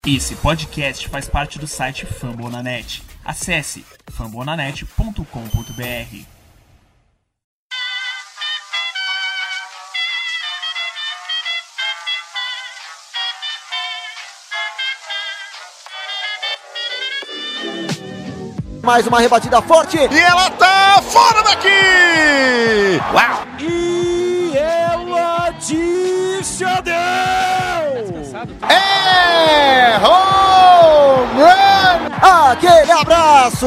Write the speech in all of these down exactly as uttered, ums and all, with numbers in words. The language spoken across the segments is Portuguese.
Esse podcast faz parte do site Fambonanet. Acesse fambonanet ponto com ponto b r. Mais uma rebatida forte. E ela tá fora daqui! Uau! E ela disse adeus! É home run! Aquele abraço!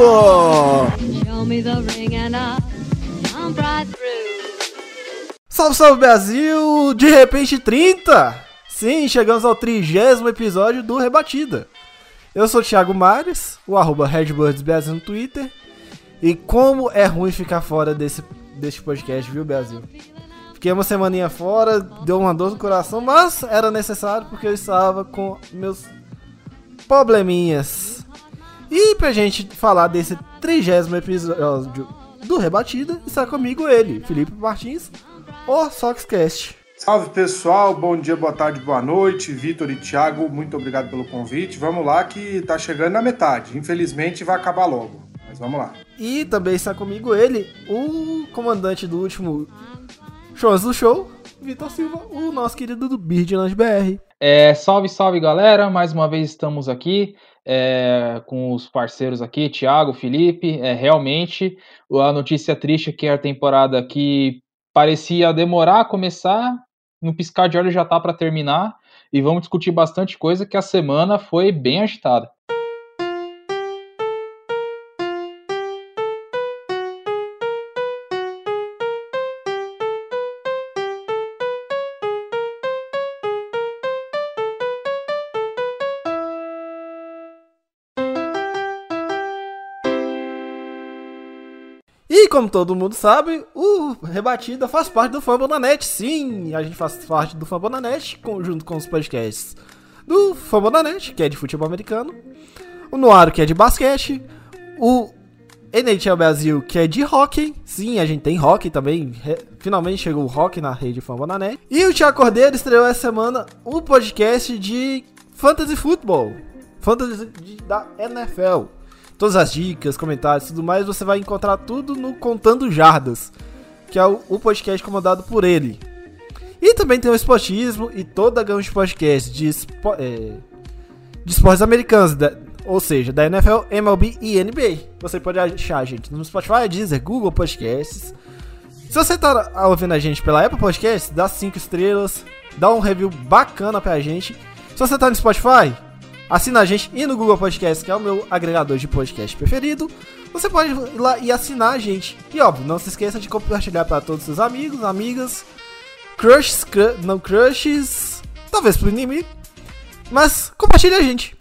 Salve, salve Brasil! De repente trinta! Sim, chegamos ao trigésimo episódio do Rebatida. Eu sou o Thiago Mares, o arroba RedBirdsBrasil no Twitter. E como é ruim ficar fora desse, desse podcast, viu, Brasil? Fiquei uma semaninha fora, deu uma dor no coração, mas era necessário porque eu estava com meus probleminhas. E pra gente falar desse trigésimo episódio do Rebatida, está comigo ele, Felipe Martins, o Soxcast. Salve pessoal, bom dia, boa tarde, boa noite, Vitor e Thiago, muito obrigado pelo convite. Vamos lá que tá chegando na metade, infelizmente vai acabar logo, mas vamos lá. E também está comigo ele, o comandante do último Shows do Show, Vitor Silva, o nosso querido do Birdland B R. É, salve, salve galera, mais uma vez estamos aqui é, com os parceiros aqui, Thiago, Felipe. É, realmente a notícia triste é que a temporada aqui parecia demorar a começar, no piscar de olhos já tá para terminar, e vamos discutir bastante coisa que a semana foi bem agitada. E como todo mundo sabe, o Rebatida faz parte do Fambonanet. Sim, a gente faz parte do Fambonanet, junto com os podcasts do Fambonanet, que é de futebol americano, o Noaro, que é de basquete, o N H L Brasil, que é de hockey. Sim, a gente tem hockey também, finalmente chegou o hockey na rede Fambonanet. E o Thiago Cordeiro estreou essa semana o podcast de Fantasy Football, Fantasy da N F L. Todas as dicas, comentários e tudo mais, você vai encontrar tudo no Contando Jardas, que é o, o podcast comandado por ele. E também tem o Esportismo e toda a gama de podcasts de, espo, é, de esportes americanos, da, ou seja, da N F L, M L B e N B A. Você pode achar a gente no Spotify, Deezer, Google Podcasts. Se você tá ouvindo a gente pela Apple Podcasts, dá cinco estrelas, dá um review bacana pra gente. Se você tá no Spotify, assina a gente, e no Google Podcast, que é o meu agregador de podcast preferido, você pode ir lá e assinar a gente. E óbvio, não se esqueça de compartilhar para todos os seus amigos, amigas, crushes, cr- não crushes, talvez pro inimigo, mas compartilhe a gente.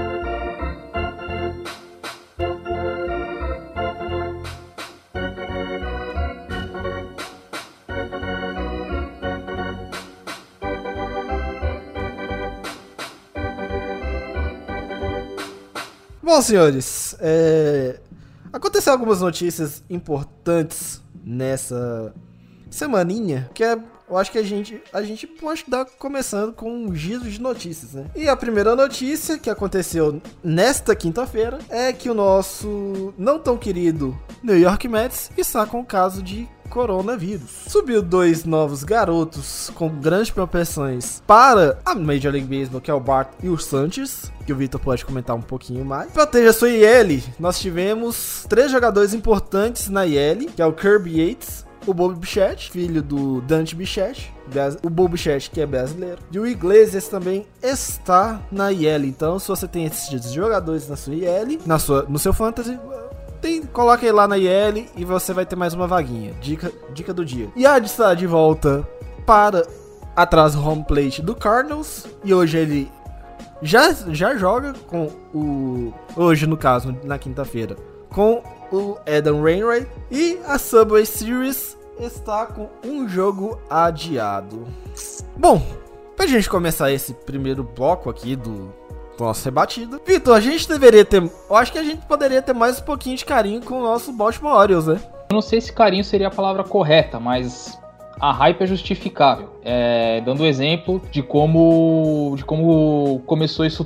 Bom, senhores, é... aconteceu algumas notícias importantes nessa semaninha, que é, eu acho que a gente, a gente pode estar começando com um giro de notícias, né? E a primeira notícia que aconteceu nesta quinta-feira é que o nosso não tão querido New York Mets está com o caso de coronavírus. Subiu dois novos garotos com grandes propensões para a Major League Baseball, que é o Bart e o Sanchez, que o Victor pode comentar um pouquinho mais. Proteja sua I L, nós tivemos três jogadores importantes na I L, que é o Kirby Yates, o Bobby Bichette, filho do Dante Bichette, o Bobby Bichette, que é brasileiro, e o Iglesias também está na I L. Então, se você tem esses jogadores na sua I L, na sua, no seu fantasy, tem, coloca ele lá na I L e você vai ter mais uma vaguinha. Dica, dica do dia. Yard está de volta para atrás do home plate do Cardinals, e hoje ele já, já joga com o... Hoje, no caso, na quinta-feira, com o Adam Wainwright. E a Subway Series está com um jogo adiado. Bom, pra gente começar esse primeiro bloco aqui do nosso rebatida, Vitor, a gente deveria ter... Eu acho que a gente poderia ter mais um pouquinho de carinho com o nosso Baltimore Orioles, né? Eu não sei se carinho seria a palavra correta, mas a hype é justificável. É, dando exemplo de como, de como começou isso tudo.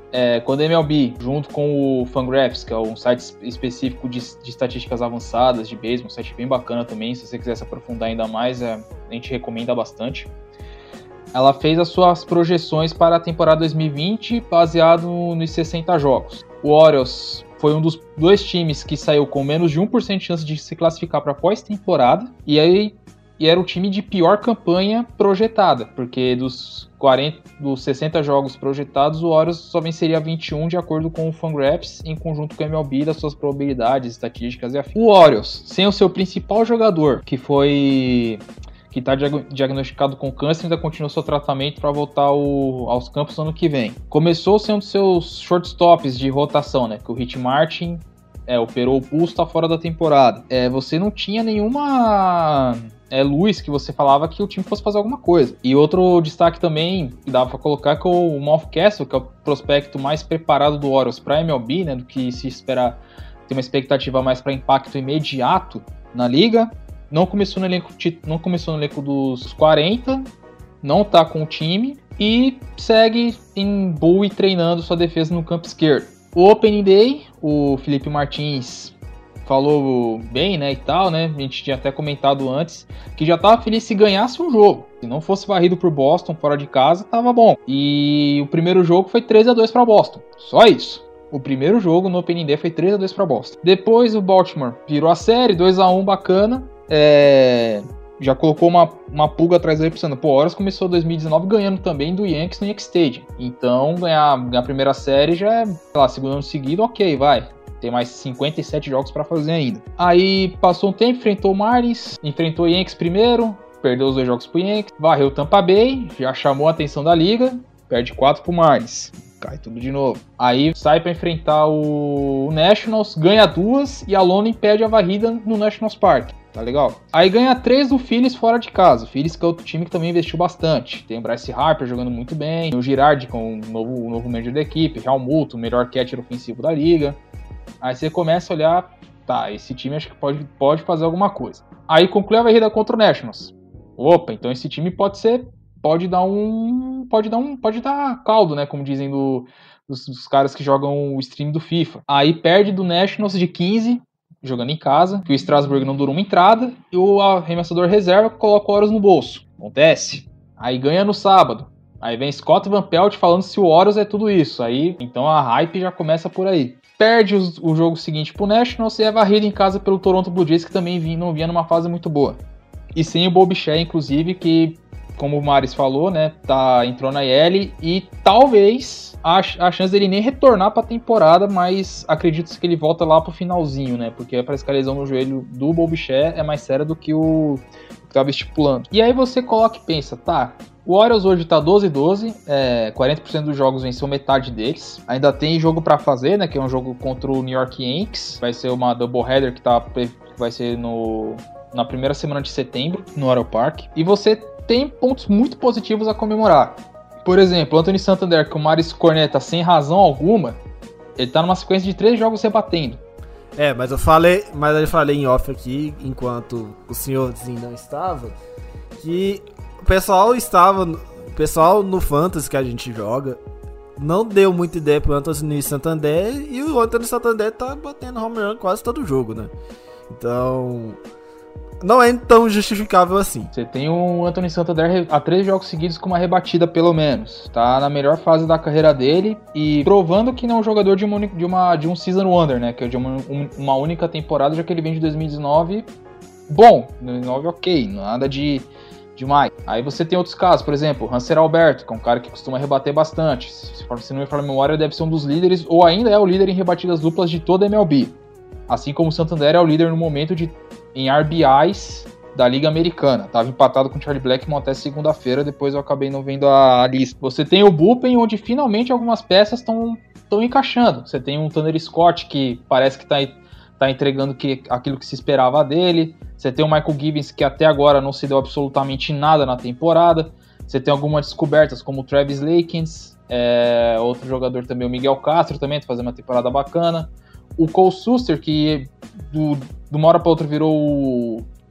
É, quando a M L B, junto com o Fangraphs, que é um site específico de, de estatísticas avançadas de beisebol, um site bem bacana também, se você quiser se aprofundar ainda mais, é, a gente recomenda bastante. Ela fez as suas projeções para a temporada dois mil e vinte, baseado nos sessenta jogos. O Orioles foi um dos dois times que saiu com menos de um por cento de chance de se classificar para pós-temporada, e aí e era o time de pior campanha projetada, porque dos, quarenta, dos sessenta jogos projetados, o Orioles só venceria vinte e um de acordo com o Fangraphs, em conjunto com o M L B, das suas probabilidades, estatísticas e afins. O Orioles, sem o seu principal jogador, que foi... que está diagnosticado com câncer, ainda continua seu tratamento para voltar ao, aos campos no ano que vem. Começou sendo um dos seus shortstops de rotação, né? Que o Hit Martin é, operou o pulso, está fora da temporada. É, você não tinha nenhuma é, luz que você falava que o time fosse fazer alguma coisa. E outro destaque também que dava para colocar é que o Mountcastle, que é o prospecto mais preparado do Orioles para a M L B, né? Do que se esperar, ter uma expectativa mais para impacto imediato na liga. Não começou no elenco, não começou no elenco dos quarenta, não tá com o time e segue em Bowie treinando sua defesa no campo esquerdo. O Opening Day, o Felipe Martins falou bem, né, e tal, né? A gente tinha até comentado antes que já tava feliz se ganhasse um jogo. Se não fosse varrido por Boston fora de casa, tava bom. E o primeiro jogo foi três a dois para Boston. Só isso. O primeiro jogo no Opening Day foi três a dois para Boston. Depois o Baltimore virou a série, dois a um, bacana. É, já colocou uma, uma pulga atrás dele pensando, pô, o Orioles começou dois mil e dezenove ganhando também do Yankees no Yankee Stadium, então ganhar, ganhar a primeira série já é, sei lá, segundo ano seguido, ok, vai, tem mais cinquenta e sete jogos pra fazer ainda. Aí passou um tempo, enfrentou o Marlins, enfrentou o Yankees primeiro, perdeu os dois jogos pro Yankees, varreu o Tampa Bay, já chamou a atenção da liga, perde quatro pro Marlins. Cai tudo de novo. Aí sai pra enfrentar o Nationals, ganha duas e a lona impede a varrida no Nationals Park. Tá legal? Aí ganha três do Phillies fora de casa. O Phillies que é outro time que também investiu bastante. Tem o Bryce Harper jogando muito bem. Tem o Girardi com o novo, o novo manager da equipe. Real Muto, o melhor catcher ofensivo da liga. Aí você começa a olhar, tá, esse time acho que pode, pode fazer alguma coisa. Aí conclui a varrida contra o Nationals. Opa, então esse time pode ser... Pode dar um. Pode dar um. Pode dar caldo, né? Como dizem do, dos, dos caras que jogam o stream do FIFA. Aí perde do Nationals de quinze, jogando em casa, que o Strasburg não durou uma entrada, e o arremessador reserva coloca o Orioles no bolso. Acontece. Aí ganha no sábado. Aí vem Scott Van Pelt falando se o Orioles é tudo isso. Aí, então a hype já começa por aí. Perde os, o jogo seguinte pro Nationals e é varrido em casa pelo Toronto Blue Jays, que também vinha, não vinha numa fase muito boa. E sem o Bo Bichette, inclusive, que... como o Maris falou, né, tá, entrou na I L e talvez a, a chance dele nem retornar pra temporada, mas acredito que ele volta lá pro finalzinho, né, porque parece que a lesão no joelho do Bo Bichette é mais séria do que o que tava estipulando. E aí você coloca e pensa, tá, o Orioles hoje tá doze a doze, é, quarenta por cento dos jogos venceu metade deles, ainda tem jogo pra fazer, né, que é um jogo contra o New York Yankees, vai ser uma doubleheader que tá, vai ser no, na primeira semana de setembro, no Orioles Park, e você tem pontos muito positivos a comemorar. Por exemplo, Anthony Santander, que o Maris corneta sem razão alguma, ele tá numa sequência de três jogos rebatendo. É, mas eu falei, mas eu falei em off aqui, enquanto o senhorzinho não estava, que o pessoal estava, o pessoal no Fantasy que a gente joga, não deu muita ideia pro Anthony Santander, e o Anthony Santander tá batendo home run quase todo jogo, né? Então... não é tão justificável assim. Você tem o Anthony Santander há três jogos seguidos com uma rebatida, pelo menos. Tá na melhor fase da carreira dele e provando que não é um jogador de, uma, de, uma, de um season wonder, né? Que é de uma, um, uma única temporada, já que ele vem de dois mil e dezenove. Bom, dois mil e dezenove ok, nada de demais. Aí você tem outros casos, por exemplo, Hanser Alberto, que é um cara que costuma rebater bastante. Se, se não me falar a memória, deve ser um dos líderes, ou ainda é o líder em rebatidas duplas de toda a M L B. Assim como o Santander é o líder no momento de em R B Is da Liga Americana. Tava empatado com o Charlie Blackmon até segunda-feira, depois eu acabei não vendo a, a lista. Você tem o bullpen, onde finalmente algumas peças estão encaixando. Você tem um Tanner Scott, que parece que está tá entregando que, aquilo que se esperava dele. Você tem o Michael Gibbons, que até agora não se deu absolutamente nada na temporada. Você tem algumas descobertas, como o Travis Lakins, é, outro jogador também, o Miguel Castro, também tá fazendo uma temporada bacana. O Cole Suster, que do, de uma hora para outra virou o,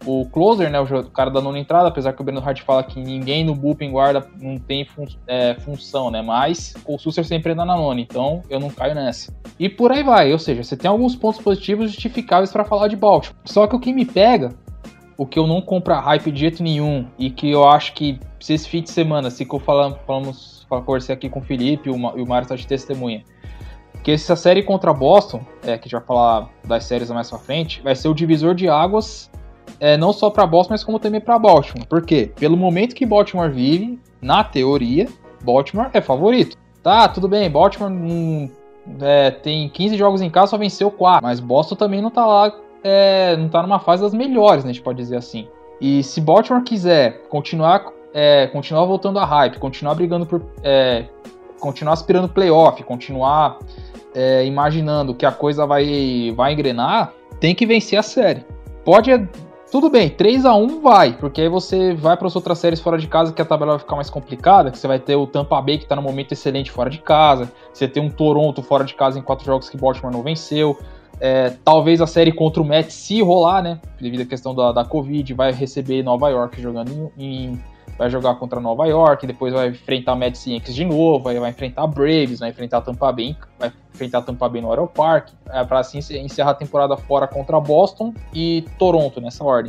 o closer, né, o cara da nona entrada, apesar que o Breno Hart fala que ninguém no bullpen guarda não tem fun- é, função, né, mas o Susser sempre anda na nona, então eu não caio nessa. E por aí vai, ou seja, você tem alguns pontos positivos justificáveis para falar de Baltimore. Só que o que me pega, o que eu não compro a hype de jeito nenhum, e que eu acho que se esse fim de semana, se que eu falamos, falamos conversei aqui com o Felipe e o Mário está de testemunha, que essa série contra Boston, é, que a gente vai falar das séries mais pra frente, vai ser o divisor de águas, é, não só para Boston, mas como também para Baltimore. Por quê? Pelo momento que Baltimore vive, na teoria, Baltimore é favorito. Tá, tudo bem, Baltimore hum, é, tem quinze jogos em casa, só venceu quatro, mas Boston também não tá lá, é, não tá numa fase das melhores, né, a gente pode dizer assim. E se Baltimore quiser continuar, é, continuar voltando a hype, continuar brigando por... É, continuar aspirando playoff, continuar é, imaginando que a coisa vai, vai engrenar, tem que vencer a série. Pode, tudo bem, três a um vai, porque aí você vai para as outras séries fora de casa que a tabela vai ficar mais complicada, que você vai ter o Tampa Bay que está no momento excelente fora de casa, você tem um Toronto fora de casa em quatro jogos que Baltimore não venceu, é, talvez a série contra o Mets, se rolar, né, devido à questão da, da Covid, vai receber Nova York jogando em... em vai jogar contra Nova York, depois vai enfrentar Mets e Yankees de novo, aí vai enfrentar Braves, vai enfrentar Tampa Bay, vai enfrentar Tampa Bay no Aero Park, é, para assim encerrar a temporada fora contra Boston e Toronto, nessa ordem.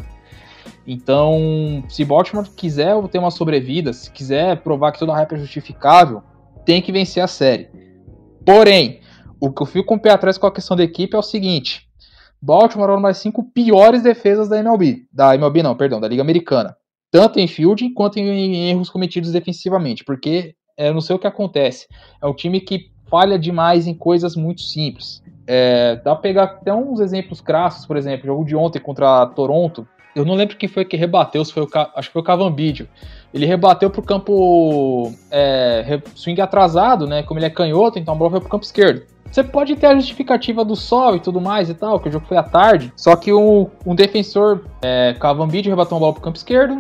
Então, se Baltimore quiser ter uma sobrevida, se quiser provar que toda a hype é justificável, tem que vencer a série. Porém, o que eu fico com o pé atrás com a questão da equipe é o seguinte: Baltimore é uma das cinco piores defesas da M L B, da M L B não, perdão, da Liga Americana. Tanto em fielding quanto em erros cometidos defensivamente, porque é, eu não sei o que acontece. É um time que falha demais em coisas muito simples. É, dá pra pegar até uns exemplos crassos, por exemplo, o jogo de ontem contra Toronto. Eu não lembro quem foi que rebateu, se foi o, acho que foi o Cavanbidio. Ele rebateu pro campo é, swing atrasado, né? Como ele é canhoto, então a bola foi pro campo esquerdo. Você pode ter a justificativa do sol e tudo mais e tal, que o jogo foi à tarde. Só que um, um defensor, é, Cavanbidio, rebateu uma bola pro campo esquerdo.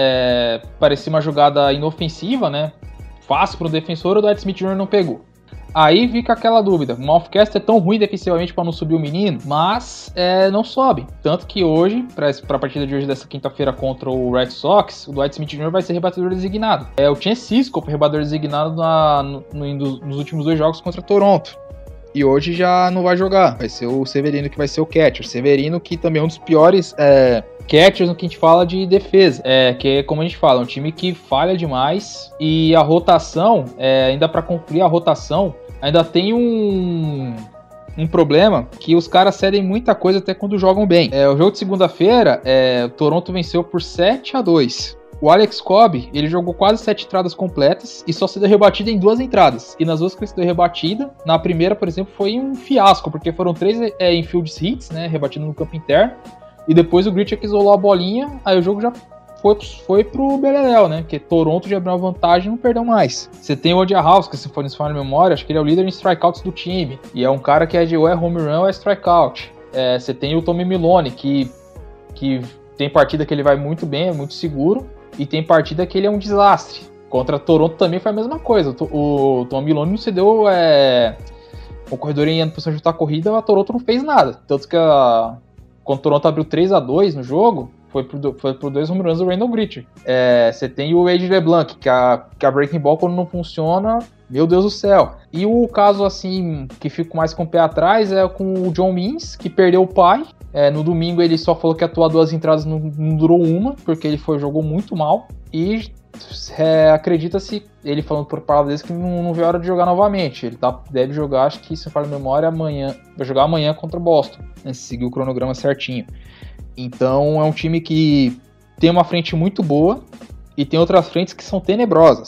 É, parecia uma jogada inofensiva, né? Fácil pro defensor, o Dwight Smith Júnior não pegou. Aí fica aquela dúvida, o Mouthcast é tão ruim defensivamente para não subir o menino, mas é, não sobe. Tanto que hoje, para a partida de hoje dessa quinta-feira contra o Red Sox, o Dwight Smith Júnior vai ser rebatedor designado. É, o Chance Sisco foi rebatedor designado na, no, no, nos últimos dois jogos contra Toronto. E hoje já não vai jogar, vai ser o Severino que vai ser o catcher. Severino que também é um dos piores é, catchers no que a gente fala de defesa. É, que é como a gente fala, um time que falha demais. E a rotação, é, ainda para concluir a rotação, ainda tem um, um problema que os caras cedem muita coisa até quando jogam bem. É, o jogo de segunda-feira, é, o Toronto venceu por sete a dois. O Alex Cobb, ele jogou quase sete entradas completas e só se deu rebatida em duas entradas. E nas duas que ele se deu rebatida, na primeira, por exemplo, foi um fiasco, porque foram três é, infield hits, né, rebatido no campo interno. E depois o Grichuk isolou a bolinha, aí o jogo já foi, foi pro Beleléu, né, porque Toronto já abriu uma vantagem e não perdeu mais. Você tem o Odia House, que se for nesse falha de memória, acho que ele é o líder em strikeouts do time. E é um cara que é de ou é home run ou é strikeout. É, você tem o Tommy Milone, que, que tem partida que ele vai muito bem, é muito seguro. E tem partida que ele é um desastre. Contra Toronto também foi a mesma coisa. O, o Tom Milone não cedeu é, o corredor em posição de chutar a corrida, a Toronto não fez nada. Tanto que a, quando o Toronto abriu três a dois no jogo, foi por, foi por dois home runs do Randall Grichuk. É, você tem o Wade LeBlanc, que a, que a breaking ball quando não funciona, meu Deus do céu. E o caso assim que fico mais com o pé atrás é com o John Means, que perdeu o pai. É, no domingo ele só falou que atuou duas entradas, não, não durou uma, porque ele foi, jogou muito mal. E é, acredita-se, ele falando por palavras que não, não vê a hora de jogar novamente. Ele tá, deve jogar, acho que se eu falar a memória, amanhã. Vai jogar amanhã contra o Boston, né, se seguir o cronograma certinho. Então é um time que tem uma frente muito boa e tem outras frentes que são tenebrosas.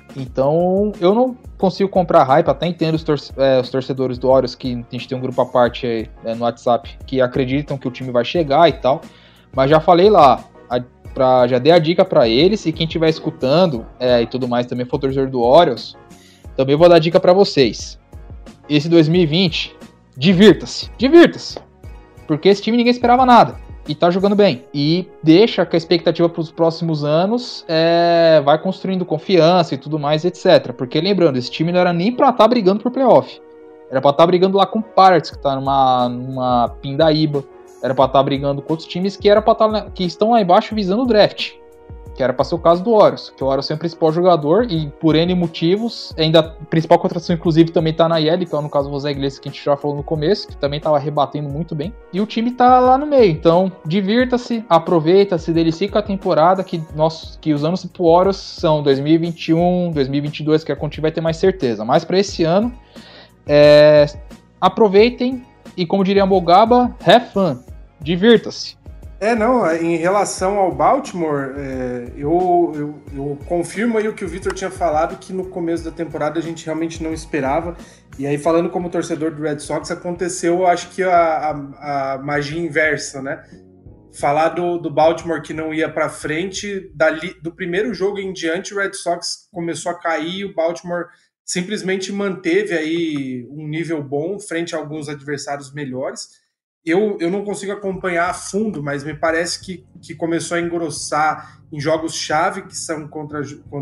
Então eu não consigo comprar hype, até entendo os, torce- é, os torcedores do Orioles, que a gente tem um grupo à parte é, no WhatsApp, que acreditam que o time vai chegar e tal, mas já falei lá, a, pra, já dei a dica para eles, e quem estiver escutando é, e tudo mais, também for torcedor do Orioles, também vou dar dica para vocês. Esse dois mil e vinte, divirta-se, divirta-se, porque esse time ninguém esperava nada. E tá jogando bem. E deixa que a expectativa para os próximos anos é, vai construindo confiança e tudo mais, etcétera. Porque lembrando, esse time não era nem pra estar tá brigando por playoff. Era pra estar tá brigando lá com o Pirates, que tá numa, numa pindaíba. Era pra estar brigando com outros times que, era pra estar, que estão lá embaixo visando o draft. Que era pra ser o caso do Orioles. Que o Orioles é o principal jogador e por N motivos, ainda a principal contratação inclusive também tá na I L, que é no caso o José Iglesias que a gente já falou no começo, que também tava rebatendo muito bem. E o time tá lá no meio, então divirta-se, aproveita, se delicie com a temporada, que, nós, que os anos pro Orioles são dois mil e vinte e um, dois mil e vinte e dois, que a gente vai ter mais certeza. Mas pra esse ano, é, aproveitem e, como diria a Mogaba, have fun. Divirta-se. É, não, em relação ao Baltimore, é, eu, eu, eu confirmo aí o que o Victor tinha falado, que no começo da temporada a gente realmente não esperava. E aí, falando como torcedor do Red Sox, aconteceu, acho que a, a, a magia inversa, né? Falar do, do Baltimore que não ia para frente, dali, do primeiro jogo em diante, o Red Sox começou a cair e o Baltimore simplesmente manteve aí um nível bom frente a alguns adversários melhores. Eu, eu não consigo acompanhar a fundo, mas me parece que, que começou a engrossar em jogos-chave, que são contra,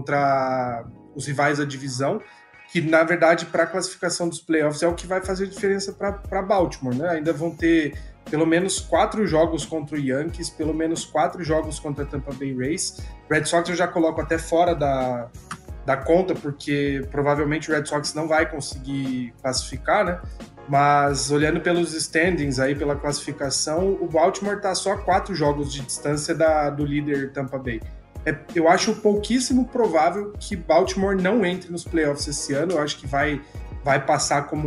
contra os rivais da divisão, que, na verdade, para a classificação dos playoffs é o que vai fazer diferença para Baltimore, né? Ainda vão ter pelo menos quatro jogos contra o Yankees, pelo menos quatro jogos contra a Tampa Bay Rays. Red Sox eu já coloco até fora da, da conta, porque provavelmente o Red Sox não vai conseguir classificar, né? Mas olhando pelos standings aí, pela classificação, o Baltimore está só a quatro jogos de distância da, do líder Tampa Bay. É, eu acho pouquíssimo provável que Baltimore não entre nos playoffs esse ano. Eu acho que vai, vai passar como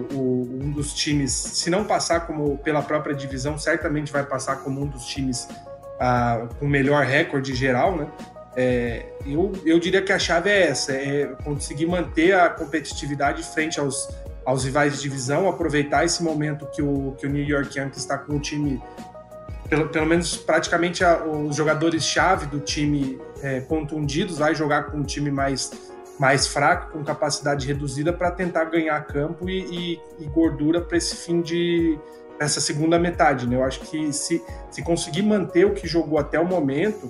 o, um dos times, se não passar como pela própria divisão, certamente vai passar como um dos times uh, com melhor recorde geral, né? É, eu, eu diria que a chave é essa, é conseguir manter a competitividade frente aos aos rivais de divisão, aproveitar esse momento que o, que o New York Yankees está com o time, pelo, pelo menos praticamente a, os jogadores-chave do time é, contundidos, vai jogar com um time mais, mais fraco, com capacidade reduzida, para tentar ganhar campo e, e, e gordura para esse fim de essa segunda metade, né? Eu acho que se, se conseguir manter o que jogou até o momento,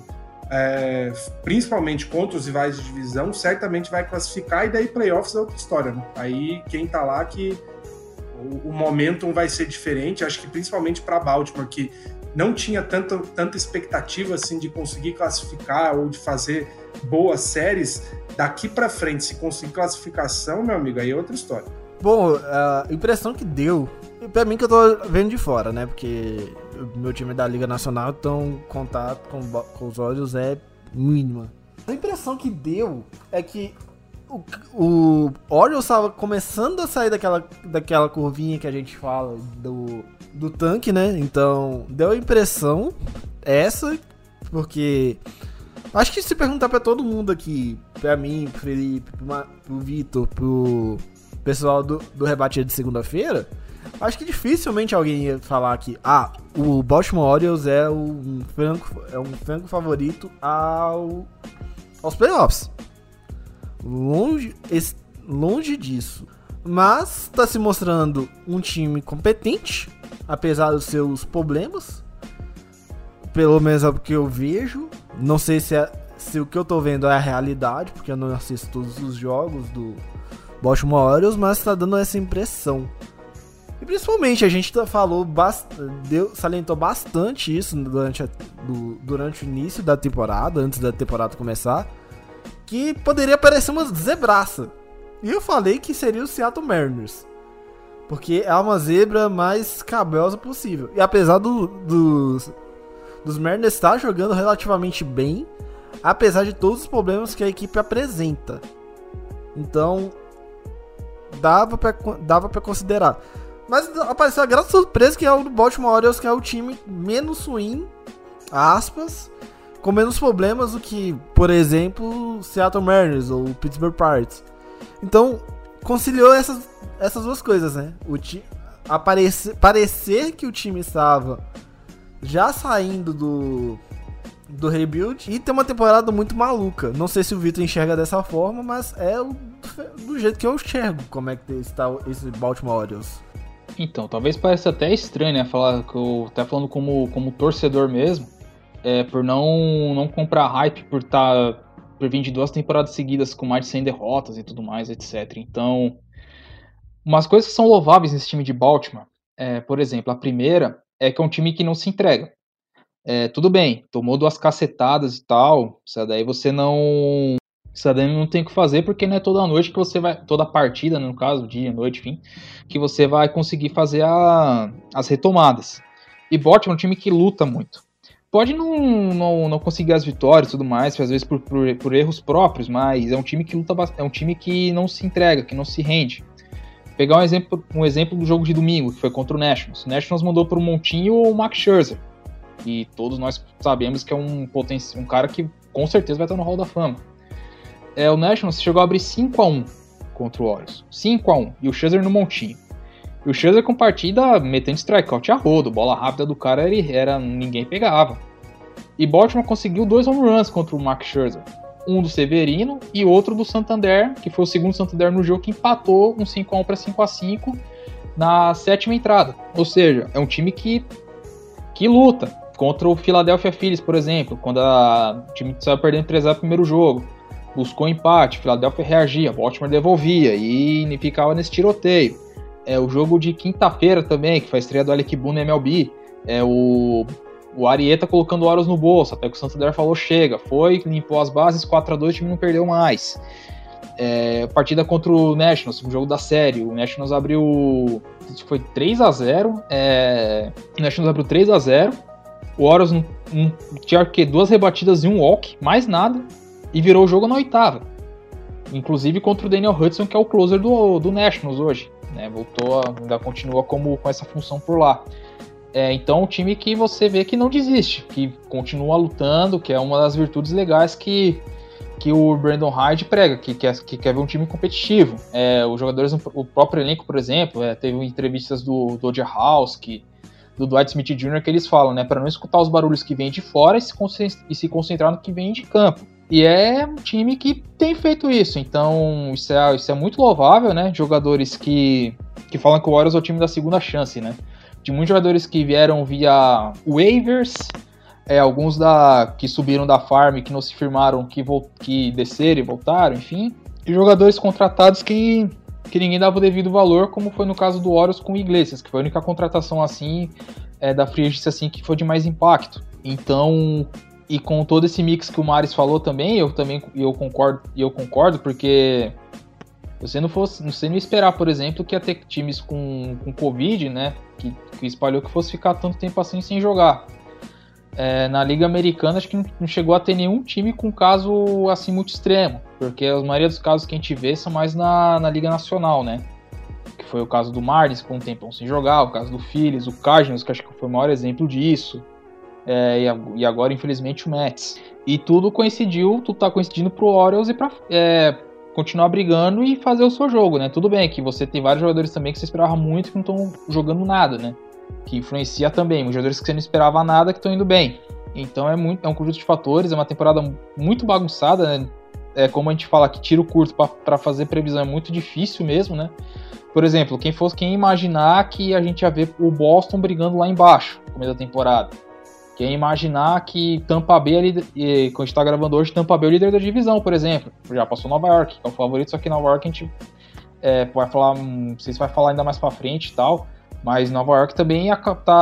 É, principalmente contra os rivais de divisão, certamente vai classificar, e daí playoffs é outra história, né? Aí quem tá lá que o, o momentum vai ser diferente, acho que principalmente para Baltimore, que não tinha tanta, tanta expectativa assim de conseguir classificar ou de fazer boas séries, daqui para frente, se conseguir classificação, meu amigo, aí é outra história. Bom, a impressão que deu, pra mim que eu tô vendo de fora, né? Porque o meu time é da Liga Nacional, então contato com, com os olhos é mínima. A impressão que deu é que o, o Orioles estava começando a sair daquela, daquela curvinha que a gente fala do, do tanque, né? Então, deu a impressão essa, porque acho que se perguntar pra todo mundo aqui, pra mim, pro Felipe, pro, pro Vitor, pro pessoal do, do Rebate de segunda-feira, acho que dificilmente alguém ia falar que ah, o Baltimore Orioles é um franco, é um franco favorito ao, aos playoffs. Longe, longe disso. Mas está se mostrando um time competente, apesar dos seus problemas. Pelo menos é o que eu vejo. Não sei se, é, se o que eu tô vendo é a realidade, porque eu não assisto todos os jogos do Baltimore Orioles, mas tá dando essa impressão. E principalmente a gente falou, bast- deu, salientou bastante isso durante, a, do, durante o início da temporada, antes da temporada começar, que poderia parecer uma zebraça. E eu falei que seria o Seattle Mariners, porque é uma zebra mais cabelosa possível. E apesar do, dos, dos Mariners estar jogando relativamente bem, apesar de todos os problemas que a equipe apresenta. Então, dava pra, dava pra considerar. Mas apareceu a grande surpresa que é o do Baltimore Orioles, que é o time menos ruim, aspas, com menos problemas do que, por exemplo, Seattle Mariners ou Pittsburgh Pirates. Então, conciliou essas, essas duas coisas, né? O ti, aparecer, parecer que o time estava já saindo do, do rebuild e ter uma temporada muito maluca. Não sei se o Victor enxerga dessa forma, mas é o, do jeito que eu enxergo como é que está esse Baltimore Orioles. Então, talvez pareça até estranho, né, falar que eu até falando como, como torcedor mesmo, é, por não, não comprar hype por estar tá, por vir de duas temporadas seguidas com mais de cem derrotas e tudo mais, etcétera. Então, umas coisas que são louváveis nesse time de Baltimore, é, por exemplo, a primeira é que é um time que não se entrega. É, tudo bem, tomou duas cacetadas e tal, isso daí você não... Isso daí não tem o que fazer, porque não é toda noite que você vai... Toda partida, no caso, dia, noite, enfim, que você vai conseguir fazer a, as retomadas. E Baltimore é um time que luta muito. Pode não, não, não conseguir as vitórias e tudo mais, às vezes por, por, por erros próprios, mas é um time que luta, é um time que não se entrega, que não se rende. Pegar um exemplo, um exemplo do jogo de domingo, que foi contra o Nationals. O Nationals mandou para o montinho o Max Scherzer. E todos nós sabemos que é um, poten- um cara que com certeza vai estar no Hall da Fama. É, o Nationals chegou a abrir cinco a um contra o Orioles. cinco a um. E o Scherzer no montinho. E o Scherzer com partida metendo strikeout a rodo. Bola rápida do cara ele era, ninguém pegava. E Baltimore conseguiu dois home runs contra o Max Scherzer. Um do Severino e outro do Santander, que foi o segundo Santander no jogo, que empatou um cinco a um para cinco a cinco na sétima entrada. Ou seja, é um time que, que luta. Contra o Philadelphia Phillies, por exemplo, quando a, o time saiu perdendo três a zero no primeiro jogo. Buscou empate, Philadelphia reagia, Baltimore devolvia e ficava nesse tiroteio. É o jogo de quinta-feira também, que foi a estreia do Alec Boone na M L B. É o, o Arrieta colocando horas no bolso, até que o Santander falou chega. Foi, limpou as bases, quatro a dois, o time não perdeu mais. É, partida contra o Nationals, o jogo da série. O Nationals abriu... Foi três a zero. É, o Nationals abriu três a zero. O Orioles não, não, tinha que, duas rebatidas e um walk, mais nada. E virou o jogo na oitava. Inclusive contra o Daniel Hudson, que é o closer do, do Nationals hoje. Né, voltou, a, ainda continua como, com essa função por lá. É, então, um time que você vê que não desiste, que continua lutando, que é uma das virtudes legais que, que o Brandon Hyde prega, que quer, que quer ver um time competitivo. É, os jogadores, o próprio elenco, por exemplo, é, teve entrevistas do Dodger House, que, do Dwight Smith Júnior, que eles falam, né, para não escutar os barulhos que vêm de fora e se, e se concentrar no que vem de campo. E é um time que tem feito isso, então isso é, isso é muito louvável, né? Jogadores que, que falam que o Warriors é o time da segunda chance, né? De muitos jogadores que vieram via waivers, é, alguns da, que subiram da farm, que não se firmaram, que, vol, que desceram e voltaram, enfim. E jogadores contratados que, que ninguém dava o devido valor, como foi no caso do Warriors com o Iglesias, que foi a única contratação assim, é, da free agency assim, que foi de mais impacto. Então... E com todo esse mix que o Maris falou também, eu também eu concordo, eu concordo, porque você não fosse, você não ia esperar, por exemplo, que ia ter times com, com Covid, né, que, que espalhou que fosse ficar tanto tempo assim sem jogar. É, na Liga Americana, acho que não, não chegou a ter nenhum time com caso assim muito extremo, porque a maioria dos casos que a gente vê são mais na, na Liga Nacional, né, que foi o caso do Marlins, com um tempão sem jogar, o caso do Phillies, o Cardinals, que acho que foi o maior exemplo disso. É, e agora, infelizmente, o Mets. E tudo coincidiu, tudo tá coincidindo pro Orioles e pra é, continuar brigando e fazer o seu jogo, né? Tudo bem que você tem vários jogadores também que você esperava muito que não estão jogando nada, né? Que influencia também. Os jogadores que você não esperava nada que estão indo bem. Então é, muito, é um conjunto de fatores, é uma temporada muito bagunçada, né? É, como a gente fala que tiro curto para fazer previsão é muito difícil mesmo, né? Por exemplo, quem fosse quem imaginar que a gente ia ver o Boston brigando lá embaixo no começo da temporada. Quem imaginar que Tampa Bay, é líder, e, quando a gente está gravando hoje, Tampa Bay é o líder da divisão, por exemplo. Já passou Nova York, que é o favorito, só que Nova York a gente é, vai falar, não sei se vai falar ainda mais pra frente e tal, mas Nova York também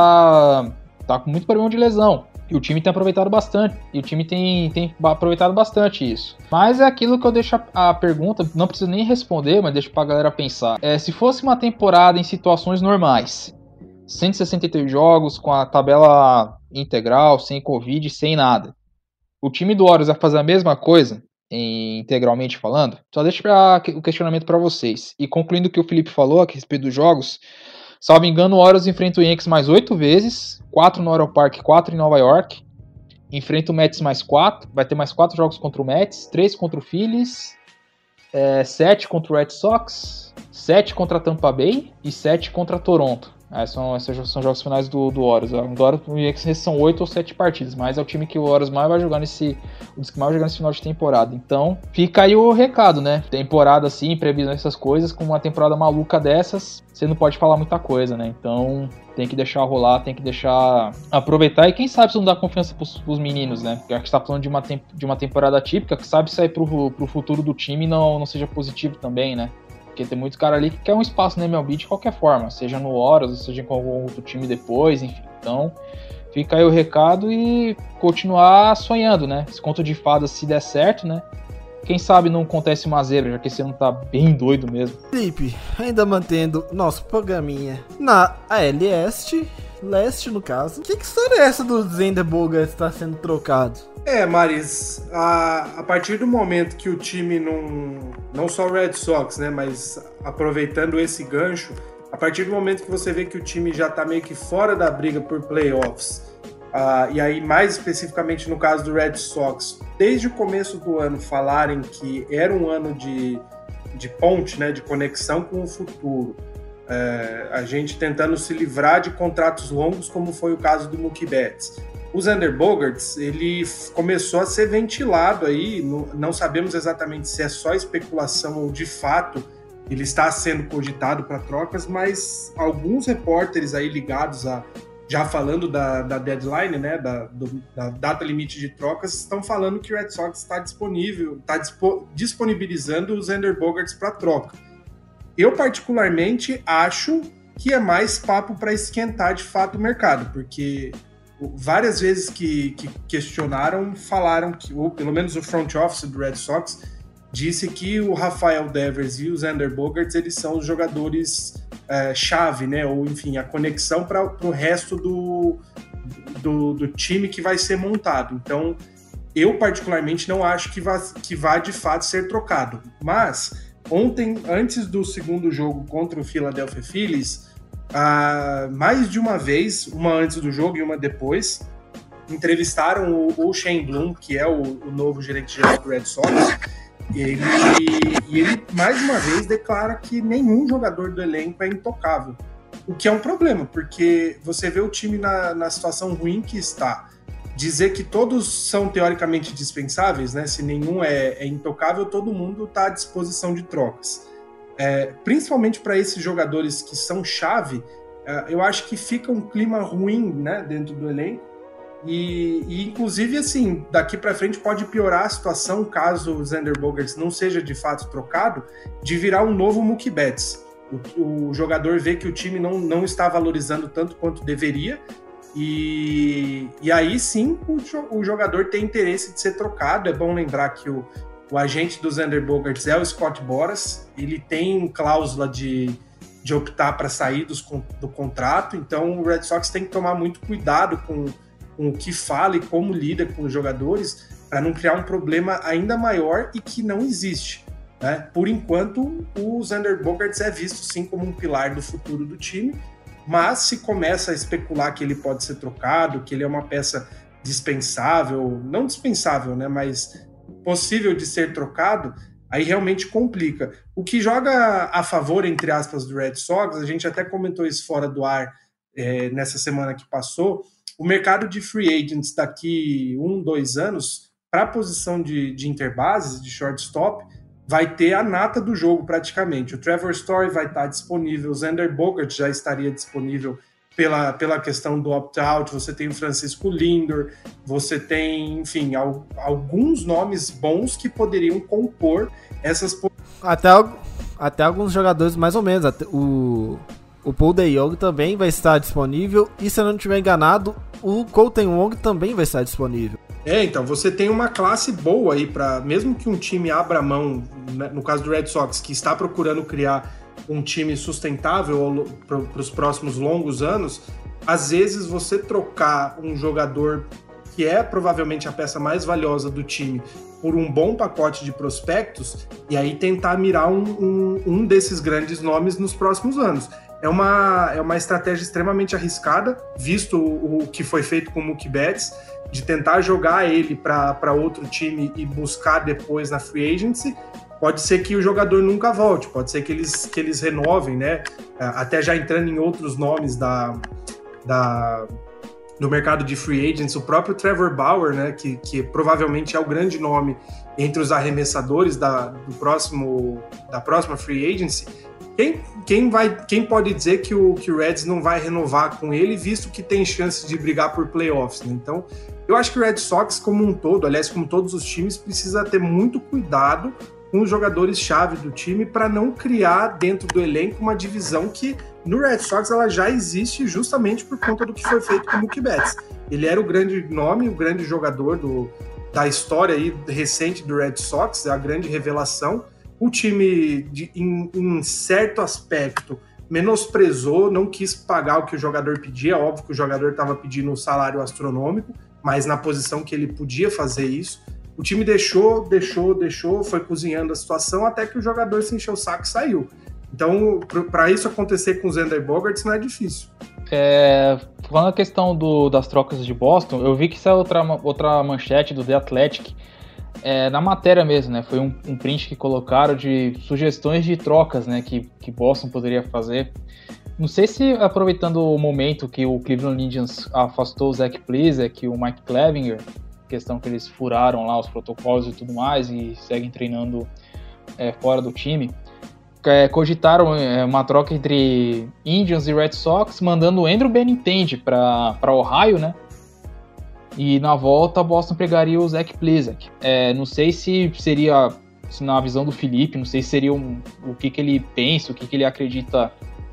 tá, tá com muito problema de lesão. E o time tem aproveitado bastante, e o time tem, tem aproveitado bastante isso. Mas é aquilo que eu deixo a, a pergunta, não preciso nem responder, mas deixo pra galera pensar. É, se fosse uma temporada em situações normais, cento e sessenta e três jogos, com a tabela integral, sem Covid, sem nada. O time do Orioles vai fazer a mesma coisa, em, integralmente falando? Só deixo pra, o questionamento para vocês. E concluindo o que o Felipe falou a respeito dos jogos, salvo engano, o Orioles enfrenta o Yankees mais oito vezes, quatro no Oriole Park, quatro em Nova York. Enfrenta o Mets mais quatro, vai ter mais quatro jogos contra o Mets, três contra o Phillies, é, sete contra o Red Sox, sete contra a Tampa Bay e sete contra Toronto. Esses são, esses são jogos finais do, do Orioles. O Orioles são oito ou sete partidas, mas é o time que o Orioles mais vai jogar nesse, um dos que mais vai jogar nesse final de temporada. Então, fica aí o recado, né? Temporada assim, previsão essas coisas, com uma temporada maluca dessas, você não pode falar muita coisa, né? Então, tem que deixar rolar, tem que deixar aproveitar e quem sabe se não dá confiança pros, pros meninos, né? Porque a gente tá falando de uma, de uma temporada típica, que sabe sair pro, pro futuro do time não, não seja positivo também, né? Porque tem muitos caras ali que quer um espaço na M L B de qualquer forma, seja no Orioles, seja com algum outro time depois, enfim. Então, fica aí o recado e continuar sonhando, né? Esse conto de fadas, se der certo, né? Quem sabe não acontece uma zebra, já que esse ano tá bem doido mesmo. Felipe, ainda mantendo nosso programinha na A L Este, Leste no caso. Que, que história é essa do Xander Bogaerts estar sendo trocado? É, Maris, a, a partir do momento que o time não... Não só o Red Sox, né? Mas aproveitando esse gancho, a partir do momento que você vê que o time já tá meio que fora da briga por playoffs, uh, e aí mais especificamente no caso do Red Sox, desde o começo do ano falarem que era um ano de, de ponte, né, de conexão com o futuro, uh, a gente tentando se livrar de contratos longos, como foi o caso do Mookie Betts. O Xander Bogaerts, ele começou a ser ventilado aí, no, não sabemos exatamente se é só especulação ou de fato ele está sendo cogitado para trocas, mas alguns repórteres aí ligados a, já falando da, da deadline, né, da, do, da data limite de trocas, estão falando que o Red Sox está disponível, está dispo, disponibilizando o Xander Bogaerts para troca. Eu particularmente acho que é mais papo para esquentar de fato o mercado, porque várias vezes que, que questionaram, falaram que, ou pelo menos o front office do Red Sox, disse que o Rafael Devers e o Xander Bogaerts, eles são os jogadores é, chave, né? Ou enfim, a conexão para o resto do, do, do time que vai ser montado. Então, eu particularmente não acho que vá, que vá de fato ser trocado. Mas, ontem, antes do segundo jogo contra o Philadelphia Phillies, ah, mais de uma vez, uma antes do jogo e uma depois, entrevistaram o, o Shane Bloom, que é o, o novo gerente-geral do Red Sox. Ele, e ele, mais uma vez, declara que nenhum jogador do elenco é intocável. O que é um problema, porque você vê o time na, na situação ruim que está. Dizer que todos são teoricamente dispensáveis, né? Se nenhum é, é intocável, todo mundo está à disposição de trocas. É, principalmente para esses jogadores que são chave, é, eu acho que fica um clima ruim, né, dentro do elenco. E, e inclusive, assim, daqui para frente pode piorar a situação caso o Xander Bogaerts não seja de fato trocado, de virar um novo Mookie Betts. O, o jogador vê que o time não, não está valorizando tanto quanto deveria, e, e aí sim o, o jogador tem interesse de ser trocado. É bom lembrar que o, o agente do Xander Bogaerts é o Scott Boras, ele tem cláusula de, de optar para sair dos, do contrato, então o Red Sox tem que tomar muito cuidado com com o que fala e como lida com os jogadores, para não criar um problema ainda maior e que não existe. Né? Por enquanto, o Xander Bogaerts é visto sim como um pilar do futuro do time, mas se começa a especular que ele pode ser trocado, que ele é uma peça dispensável, não dispensável, né, mas possível de ser trocado, aí realmente complica. O que joga a favor, entre aspas, do Red Sox, a gente até comentou isso fora do ar é, nessa semana que passou, o mercado de free agents daqui um, dois anos, para a posição de, de interbases, de shortstop, vai ter a nata do jogo praticamente. O Trevor Story vai estar disponível, o Xander Bogaerts já estaria disponível pela, pela questão do opt-out, você tem o Francisco Lindor, você tem, enfim, al, alguns nomes bons que poderiam compor essas posições. Até, até alguns jogadores mais ou menos, até o... O Paul DeJong também vai estar disponível, e se eu não estiver enganado, o Kolten Wong também vai estar disponível. É, então, você tem uma classe boa aí para, mesmo que um time abra mão, né, no caso do Red Sox, que está procurando criar um time sustentável para os próximos longos anos, às vezes você trocar um jogador que é provavelmente a peça mais valiosa do time por um bom pacote de prospectos, e aí tentar mirar um, um, um desses grandes nomes nos próximos anos. É uma, é uma estratégia extremamente arriscada, visto o, o que foi feito com o Mookie Betts, de tentar jogar ele para outro time e buscar depois na free agency. Pode ser que o jogador nunca volte, pode ser que eles, que eles renovem, né? Até já entrando em outros nomes da, da, do mercado de free agents, o próprio Trevor Bauer, né? Que, que provavelmente é o grande nome entre os arremessadores da, do próximo, da próxima free agency. Quem, quem, vai, quem pode dizer que o, que o Reds não vai renovar com ele, visto que tem chance de brigar por playoffs, né? Então, eu acho que o Red Sox como um todo, aliás, como todos os times, precisa ter muito cuidado com os jogadores-chave do time para não criar dentro do elenco uma divisão que no Red Sox ela já existe justamente por conta do que foi feito com o Mookie Betts. Ele era o grande nome, o grande jogador do, da história aí recente do Red Sox, a grande revelação. O time, de, em, em certo aspecto, menosprezou, não quis pagar o que o jogador pedia. Óbvio que o jogador estava pedindo um salário astronômico, mas na posição que ele podia fazer isso. O time deixou, deixou, deixou, foi cozinhando a situação até que o jogador se encheu o saco e saiu. Então, para isso acontecer com o Xander Bogaerts não é difícil. É, falando a questão do, das trocas de Boston, eu vi que isso é outra, outra manchete do The Athletic, é, na matéria mesmo, né? Foi um, um print que colocaram de sugestões de trocas, né, que, que Boston poderia fazer. Não sei se aproveitando o momento que o Cleveland Indians afastou o Zach Plesac e o Mike Clevinger, questão que eles furaram lá os protocolos e tudo mais e seguem treinando é, fora do time, é, cogitaram é, uma troca entre Indians e Red Sox, mandando o Andrew Benintendi para Ohio, né? E na volta Boston pegaria o Zach Plesac. É, não sei se seria, se na visão do Felipe, não sei se seria um, o que, que ele pensa, o que, que ele acredita,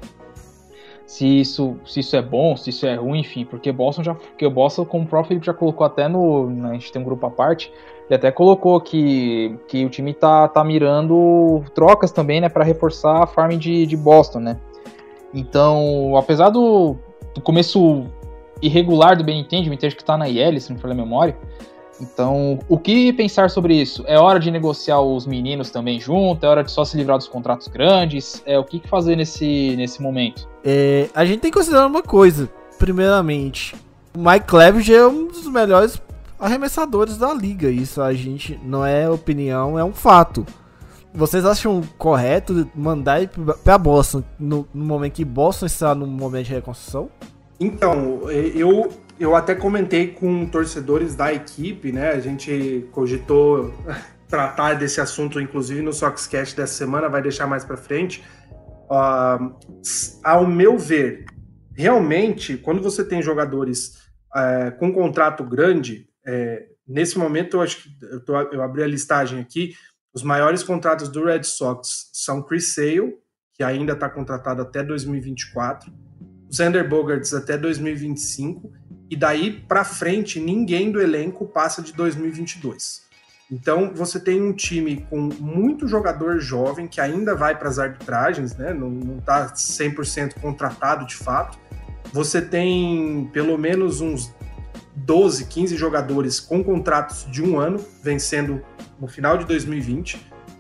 se isso, se isso é bom, se isso é ruim, enfim, porque Boston já, porque o Boston, como o próprio Felipe já colocou até no, a gente tem um grupo à parte, ele até colocou que, que o time tá, tá mirando trocas também, né, para reforçar a farm de, de Boston, né. Então, apesar do, do começo irregular do Benintendi, o Benintendi que tá na I L, se não me falha a memória, então, o que pensar sobre isso? É hora de negociar os meninos também junto? É hora de só se livrar dos contratos grandes? É, o que fazer nesse, nesse momento? É, a gente tem que considerar uma coisa. Primeiramente, o Mike Clevinger é um dos melhores arremessadores da liga. Isso a gente não é opinião, é um fato. Vocês acham correto mandar ele pra Boston no, no momento que Boston está no momento de reconstrução? Então, eu... Eu até comentei com torcedores da equipe, né? A gente cogitou tratar desse assunto, inclusive, no Soxcast dessa semana, vai deixar mais para frente. Uh, ao meu ver, realmente, quando você tem jogadores uh, com contrato grande, uh, nesse momento, eu acho que eu, tô, eu abri a listagem aqui, os maiores contratos do Red Sox são Chris Sale, que ainda está contratado até dois mil e vinte e quatro, o Xander Bogaerts até dois mil e vinte e cinco, e daí para frente ninguém do elenco passa de dois mil e vinte e dois. Então você tem um time com muito jogador jovem que ainda vai para as arbitragens, né? Não está cem por cento contratado de fato. Você tem pelo menos uns doze, quinze jogadores com contratos de um ano, vencendo no final de dois mil e vinte.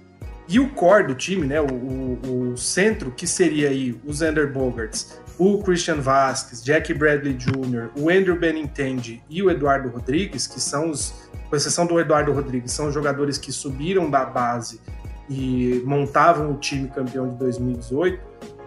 E o core do time, né? o, o, o centro, que seria aí o Xander Bogaerts, o Christian Vázquez, Jackie Bradley Júnior, o Andrew Benintendi e o Eduardo Rodrigues, que são os, com exceção do Eduardo Rodrigues, são os jogadores que subiram da base e montavam o time campeão de dois mil e dezoito,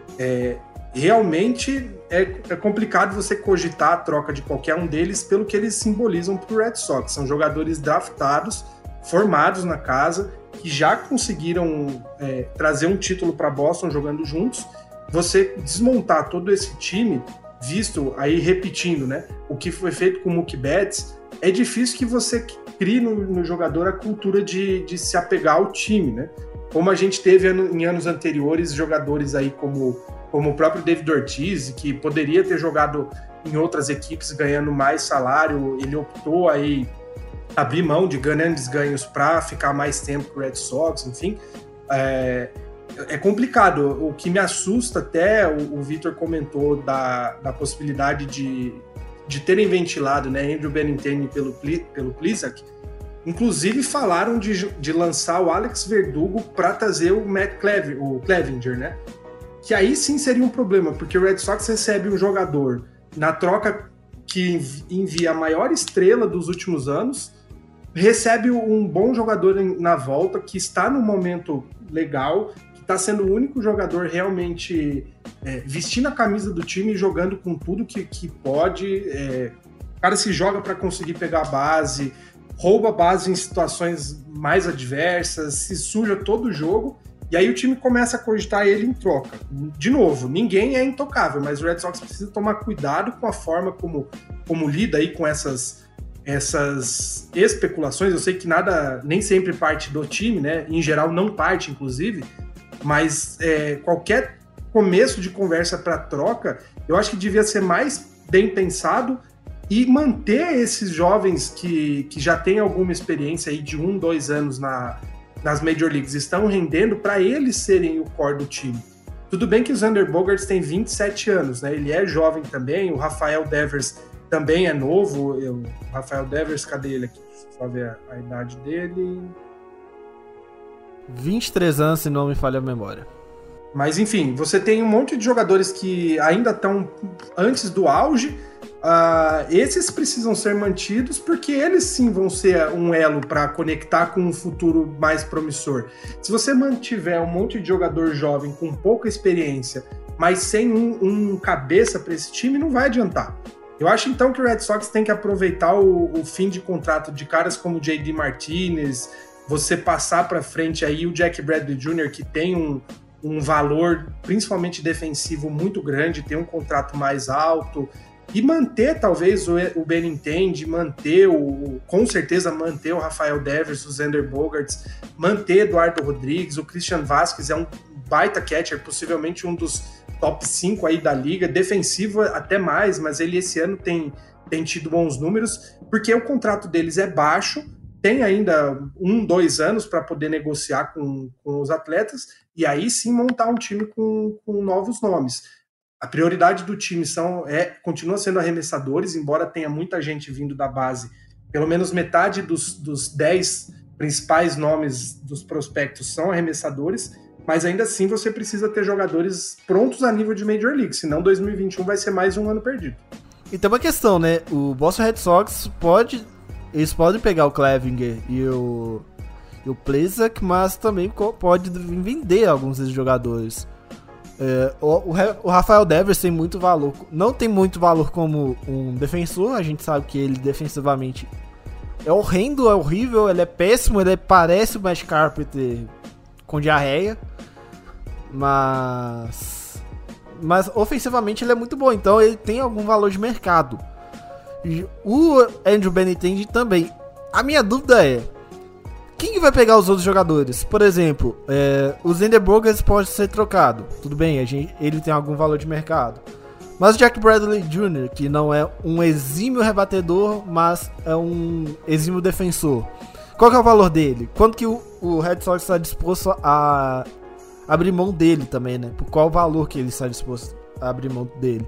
é, realmente é, é complicado você cogitar a troca de qualquer um deles pelo que eles simbolizam para o Red Sox. São jogadores draftados, formados na casa, que já conseguiram é, trazer um título para Boston jogando juntos. Você desmontar todo esse time, visto aí repetindo, né, o que foi feito com o Mookie Betts, é difícil que você crie no, no jogador a cultura de, de se apegar ao time, né? Como a gente teve em anos anteriores jogadores aí como, como o próprio David Ortiz, que poderia ter jogado em outras equipes ganhando mais salário, ele optou aí abrir mão de grandes ganhos para ficar mais tempo com o Red Sox, enfim. É, é complicado. O que me assusta até, o, o Vitor comentou da, da possibilidade de, de terem ventilado, né, Andrew Benintendi pelo, pelo Plesac. Inclusive falaram de, de lançar o Alex Verdugo para trazer o Matt Clev, o Clevinger, né? Que aí sim seria um problema, porque o Red Sox recebe um jogador na troca que envia a maior estrela dos últimos anos, recebe um bom jogador na volta, que está num momento legal, que está sendo o único jogador realmente é, vestindo a camisa do time e jogando com tudo que, que pode. É, o cara se joga para conseguir pegar a base, rouba a base em situações mais adversas, se suja todo o jogo, e aí o time começa a cogitar ele em troca. De novo, ninguém é intocável, mas o Red Sox precisa tomar cuidado com a forma como, como lida aí com essas essas especulações, eu sei que nada, nem sempre parte do time, né? Em geral não parte, inclusive, mas é, qualquer começo de conversa para troca, eu acho que devia ser mais bem pensado e manter esses jovens que, que já têm alguma experiência aí de um, dois anos na, nas Major Leagues, estão rendendo para eles serem o core do time. Tudo bem que o Xander Bogaerts tem vinte e sete anos, né? Ele é jovem também, o Rafael Devers também é novo. Eu, o Rafael Devers, cadê ele aqui? Deixa eu só ver a, a idade dele. vinte e três anos, se não me falha a memória. Mas enfim, você tem um monte de jogadores que ainda estão antes do auge. Uh, esses precisam ser mantidos porque eles sim vão ser um elo para conectar com um futuro mais promissor. Se você mantiver um monte de jogador jovem com pouca experiência, mas sem um, um cabeça para esse time, não vai adiantar. Eu acho então que o Red Sox tem que aproveitar o, o fim de contrato de caras como o J D Martinez, você passar para frente aí o Jack Bradley Júnior, que tem um, um valor principalmente defensivo muito grande, tem um contrato mais alto, e manter talvez o, o Benintendi, manter o, com certeza manter o Rafael Devers, o Xander Bogaerts, manter Eduardo Rodrigues, o Christian Vázquez é um baita catcher, possivelmente um dos top cinco aí da liga, defensivo até mais, mas ele esse ano tem, tem tido bons números, porque o contrato deles é baixo, tem ainda um, dois anos para poder negociar com, com os atletas, e aí sim montar um time com, com novos nomes. A prioridade do time são, é, continua sendo arremessadores, embora tenha muita gente vindo da base, pelo menos metade dos, dos dez principais nomes dos prospectos são arremessadores, mas ainda assim você precisa ter jogadores prontos a nível de Major League, senão dois mil e vinte e um vai ser mais um ano perdido. E tem uma questão, né? O Boston Red Sox pode... Eles podem pegar o Clevinger e o, e o Plesac, mas também pode vender alguns desses jogadores. É, o, o Rafael Devers tem muito valor, não tem muito valor como um defensor, a gente sabe que ele defensivamente é horrendo, é horrível, ele é péssimo, ele parece o Matt Carpenter com diarreia, mas mas ofensivamente ele é muito bom, então ele tem algum valor de mercado. E o Andrew Benintendi também. A minha dúvida é, quem que vai pegar os outros jogadores? Por exemplo, é, o Xander Bogaerts pode ser trocado, tudo bem, a gente, ele tem algum valor de mercado. Mas o Jack Bradley Júnior, que não é um exímio rebatedor, mas é um exímio defensor, qual que é o valor dele? Quanto que o, o Red Sox está disposto a abrir mão dele também, né? Por qual valor que ele está disposto a abrir mão dele?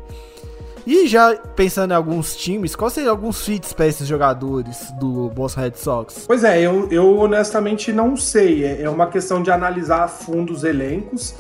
E já pensando em alguns times, quais seriam alguns fits para esses jogadores do Boston Red Sox? Pois é, eu, eu honestamente não sei. É uma questão de analisar a fundo os elencos,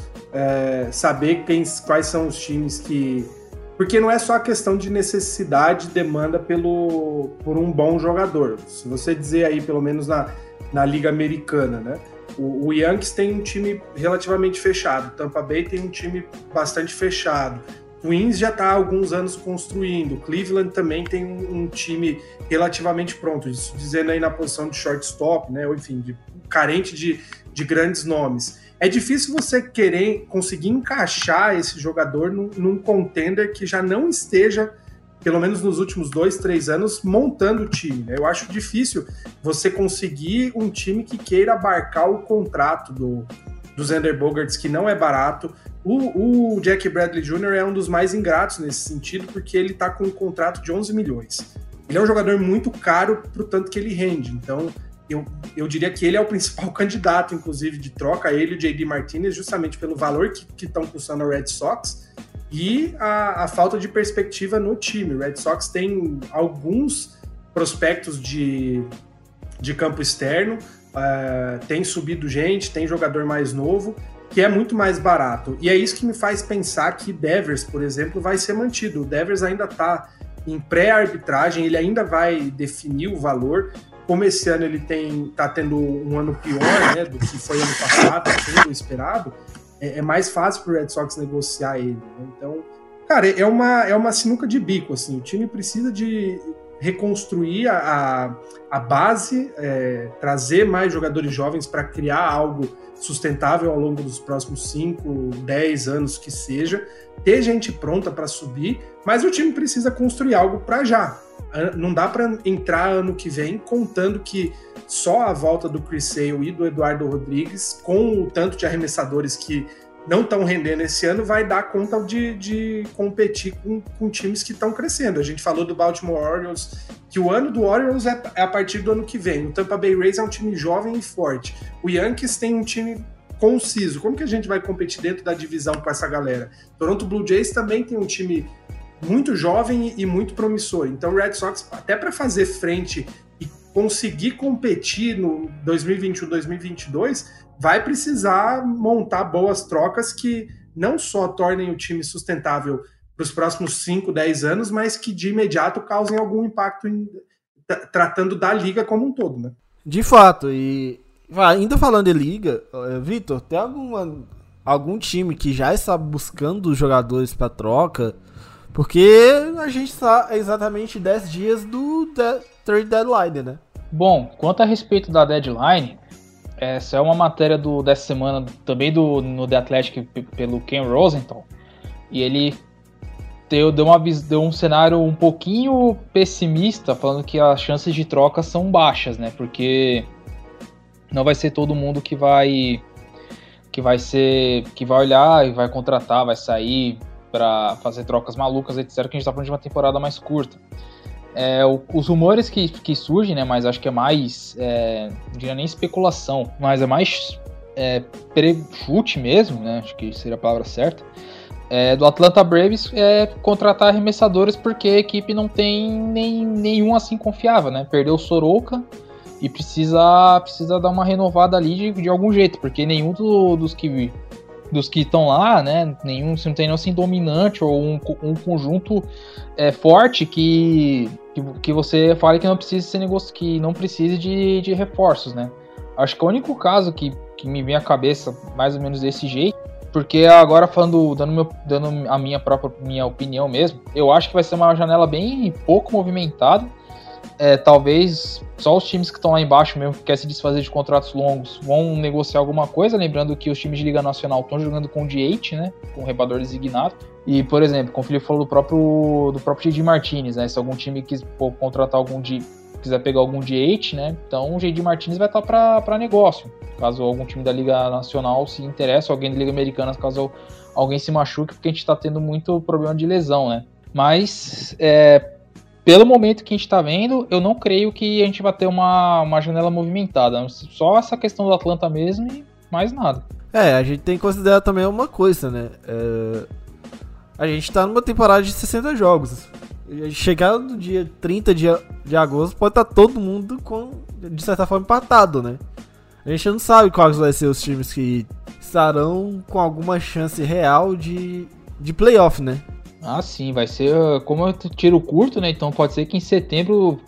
é, saber quem, quais são os times que... Porque não é só a questão de necessidade e demanda pelo, por um bom jogador. Se você dizer aí, pelo menos na, na Liga Americana, né? O, o Yankees tem um time relativamente fechado, Tampa Bay tem um time bastante fechado, Twins já está há alguns anos construindo, Cleveland também tem um, um time relativamente pronto, isso dizendo aí na posição de shortstop, né? Ou enfim, de, carente de, de grandes nomes. É difícil você querer conseguir encaixar esse jogador num, num contender que já não esteja, pelo menos nos últimos dois, três anos, montando o time. Né? Eu acho difícil você conseguir um time que queira abarcar o contrato do, do Xander Bogaerts, que não é barato. O, o Jack Bradley Júnior é um dos mais ingratos nesse sentido, porque ele está com um contrato de onze milhões. Ele é um jogador muito caro pro tanto que ele rende, então eu, eu diria que ele é o principal candidato, inclusive, de troca, ele e o J D Martinez, justamente pelo valor que estão custando ao Red Sox e a, a falta de perspectiva no time. O Red Sox tem alguns prospectos de, de campo externo, uh, tem subido gente, tem jogador mais novo, que é muito mais barato. E é isso que me faz pensar que Devers, por exemplo, vai ser mantido. O Devers ainda está em pré-arbitragem, ele ainda vai definir o valor. Como esse ano ele tem, tá tendo um ano pior, né, do que foi ano passado, sendo esperado, é, é mais fácil para o Red Sox negociar ele. Né? Então, cara, é uma, é uma sinuca de bico. Assim, o time precisa de reconstruir a, a base, é, trazer mais jogadores jovens para criar algo sustentável ao longo dos próximos cinco, dez anos que seja, ter gente pronta para subir, mas o time precisa construir algo para já. não dá para entrar ano que vem contando que só a volta do Chris Sale e do Eduardo Rodrigues, com o tanto de arremessadores que não estão rendendo esse ano, vai dar conta de, de competir com, com times que estão crescendo. A gente falou do Baltimore Orioles, que o ano do Orioles é, é a partir do ano que vem. O Tampa Bay Rays é um time jovem e forte. O Yankees tem um time conciso. Como que a gente vai competir dentro da divisão com essa galera? Toronto Blue Jays também tem um time muito jovem e muito promissor. Então o Red Sox, até para fazer frente e conseguir competir no dois mil e vinte e um, dois mil e vinte e dois, vai precisar montar boas trocas que não só tornem o time sustentável para os próximos cinco, dez anos, mas que de imediato causem algum impacto em, tratando da liga como um todo, né? De fato, e ainda falando de liga, Vitor, tem alguma, algum time que já está buscando jogadores para troca? Porque a gente está exatamente dez dias do de- trade deadline, né? Bom, quanto a respeito da deadline, essa é uma matéria do, dessa semana também do, no The Athletic p- pelo Ken Rosenthal, e ele deu, deu, uma, deu um cenário um pouquinho pessimista, falando que as chances de troca são baixas, né? Porque não vai ser todo mundo que vai que vai ser que vai olhar e vai contratar, vai sair para fazer trocas malucas, etcétera, que a gente tá falando de uma temporada mais curta. É, o, os rumores que, que surgem, né, mas acho que é mais, é, não diria nem especulação, mas é mais é, pre-chute mesmo, né, acho que seria a palavra certa, é, do Atlanta Braves é, contratar arremessadores porque a equipe não tem nem, nenhum assim confiável, né, perdeu o Soroka e precisa, precisa dar uma renovada ali de, de algum jeito, porque nenhum do, dos que dos que estão lá, né, nenhum, se não tem nenhum assim dominante ou um, um conjunto é, forte que, que, que você fale que não precisa ser negócio, que não precise de, de reforços, né. Acho que o único caso que, que me vem à cabeça mais ou menos desse jeito, porque agora falando, dando, meu, dando a minha própria minha opinião mesmo, eu acho que vai ser uma janela bem pouco movimentada. É, talvez só os times que estão lá embaixo mesmo, que querem se desfazer de contratos longos, vão negociar alguma coisa, lembrando que os times de Liga Nacional estão jogando com D H, né, com rebatedor designado, e, por exemplo, como o Felipe falou do próprio, do próprio J D Martinez, né, se algum time quis pô, contratar algum D, quiser pegar algum D H, né, então o J D Martinez vai estar para negócio, caso algum time da Liga Nacional se interesse, alguém da Liga Americana, caso alguém se machuque, porque a gente está tendo muito problema de lesão, né, mas, é... pelo momento que a gente está vendo, eu não creio que a gente vai ter uma, uma janela movimentada. Só essa questão do Atlanta mesmo e mais nada. É, a gente tem que considerar também uma coisa, né? É, a gente tá numa temporada de sessenta jogos. Chegar no dia trinta de, de agosto, pode estar todo mundo com, de certa forma, empatado, né? A gente não sabe quais vão ser os times que estarão com alguma chance real de, de playoff, né? Ah, sim, vai ser como eu tiro curto, né? Então pode ser que em setembro,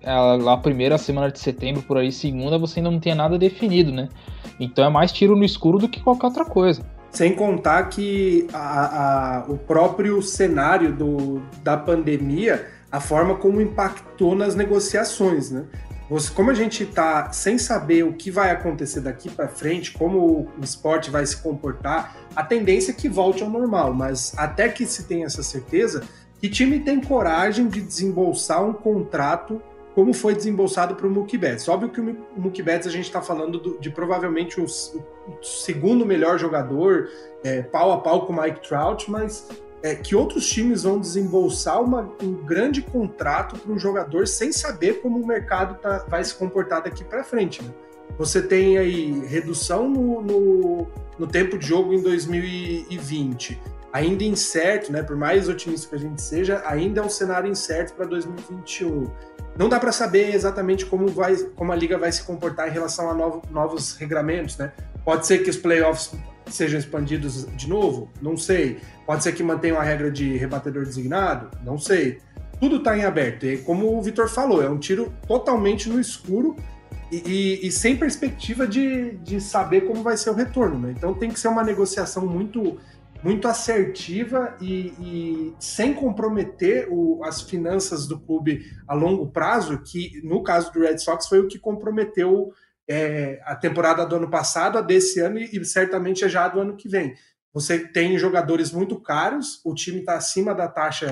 lá a primeira semana de setembro, por aí, segunda, você ainda não tenha nada definido, né? Então é mais tiro no escuro do que qualquer outra coisa. Sem contar que a, a, o próprio cenário do, da pandemia, a forma como impactou nas negociações, né? Você, como a gente está sem saber o que vai acontecer daqui para frente, como o esporte vai se comportar, a tendência é que volte ao normal, mas até que se tenha essa certeza, que time tem coragem de desembolsar um contrato como foi desembolsado para o Mookie Betts? Óbvio que o Mookie Betts a gente está falando do, de provavelmente o, o segundo melhor jogador, é, pau a pau com o Mike Trout, mas... É, que outros times vão desembolsar uma, um grande contrato para um jogador sem saber como o mercado tá, vai se comportar daqui para frente, né? Você tem aí redução no, no, no tempo de jogo em dois mil e vinte, ainda incerto, né? Por mais otimista que a gente seja, ainda é um cenário incerto para dois mil e vinte e um. Não dá para saber exatamente como, vai, como a liga vai se comportar em relação a novo, novos regramentos, né? Pode ser que os playoffs sejam expandidos de novo? Não sei. Pode ser que mantenham a regra de rebatedor designado? Não sei. Tudo está em aberto. E como o Vitor falou, é um tiro totalmente no escuro e, e, e sem perspectiva de, de saber como vai ser o retorno, né? Então tem que ser uma negociação muito, muito assertiva e, e sem comprometer o, as finanças do clube a longo prazo, que no caso do Red Sox foi o que comprometeu É, a temporada do ano passado, a desse ano e, e certamente é já a do ano que vem. Você tem jogadores muito caros, o time está acima da taxa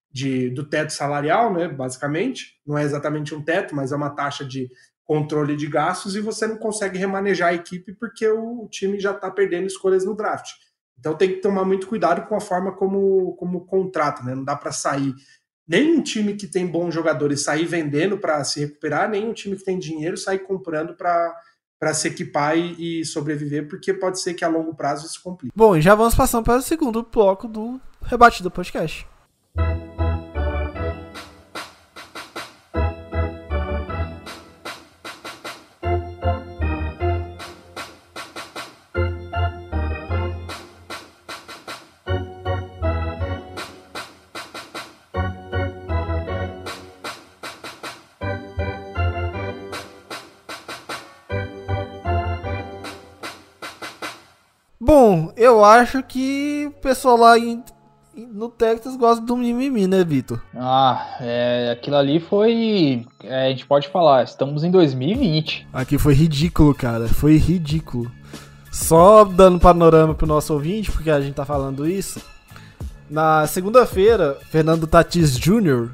de, do teto salarial, né, basicamente. Não é exatamente um teto, mas é uma taxa de controle de gastos e você não consegue remanejar a equipe porque o, o time já está perdendo escolhas no draft. Então tem que tomar muito cuidado com a forma como, como contrato, né? Não dá para sair nem um time que tem bons jogadores sair vendendo para se recuperar, nem um time que tem dinheiro sair comprando para se equipar e, e sobreviver, porque pode ser que a longo prazo isso complique. Bom, e já vamos passando para o segundo bloco do Rebatido Podcast. Bom, eu acho que o pessoal lá em, no Texas gosta do mimimi, né, Vitor? Ah, é, aquilo ali foi... É, a gente pode falar, estamos em dois mil e vinte. Aqui foi ridículo, cara, foi ridículo. Só dando panorama pro nosso ouvinte, porque a gente tá falando isso. Na segunda-feira, Fernando Tatis Júnior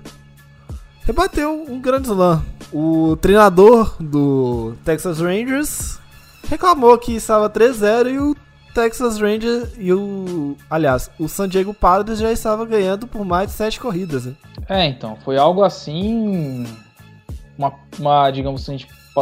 rebateu um grande slam. O treinador do Texas Rangers reclamou que estava três a zero e o Texas Rangers e o... Aliás, o San Diego Padres já estava ganhando por mais de sete corridas, né? É, então, foi algo assim... Uma, uma digamos assim,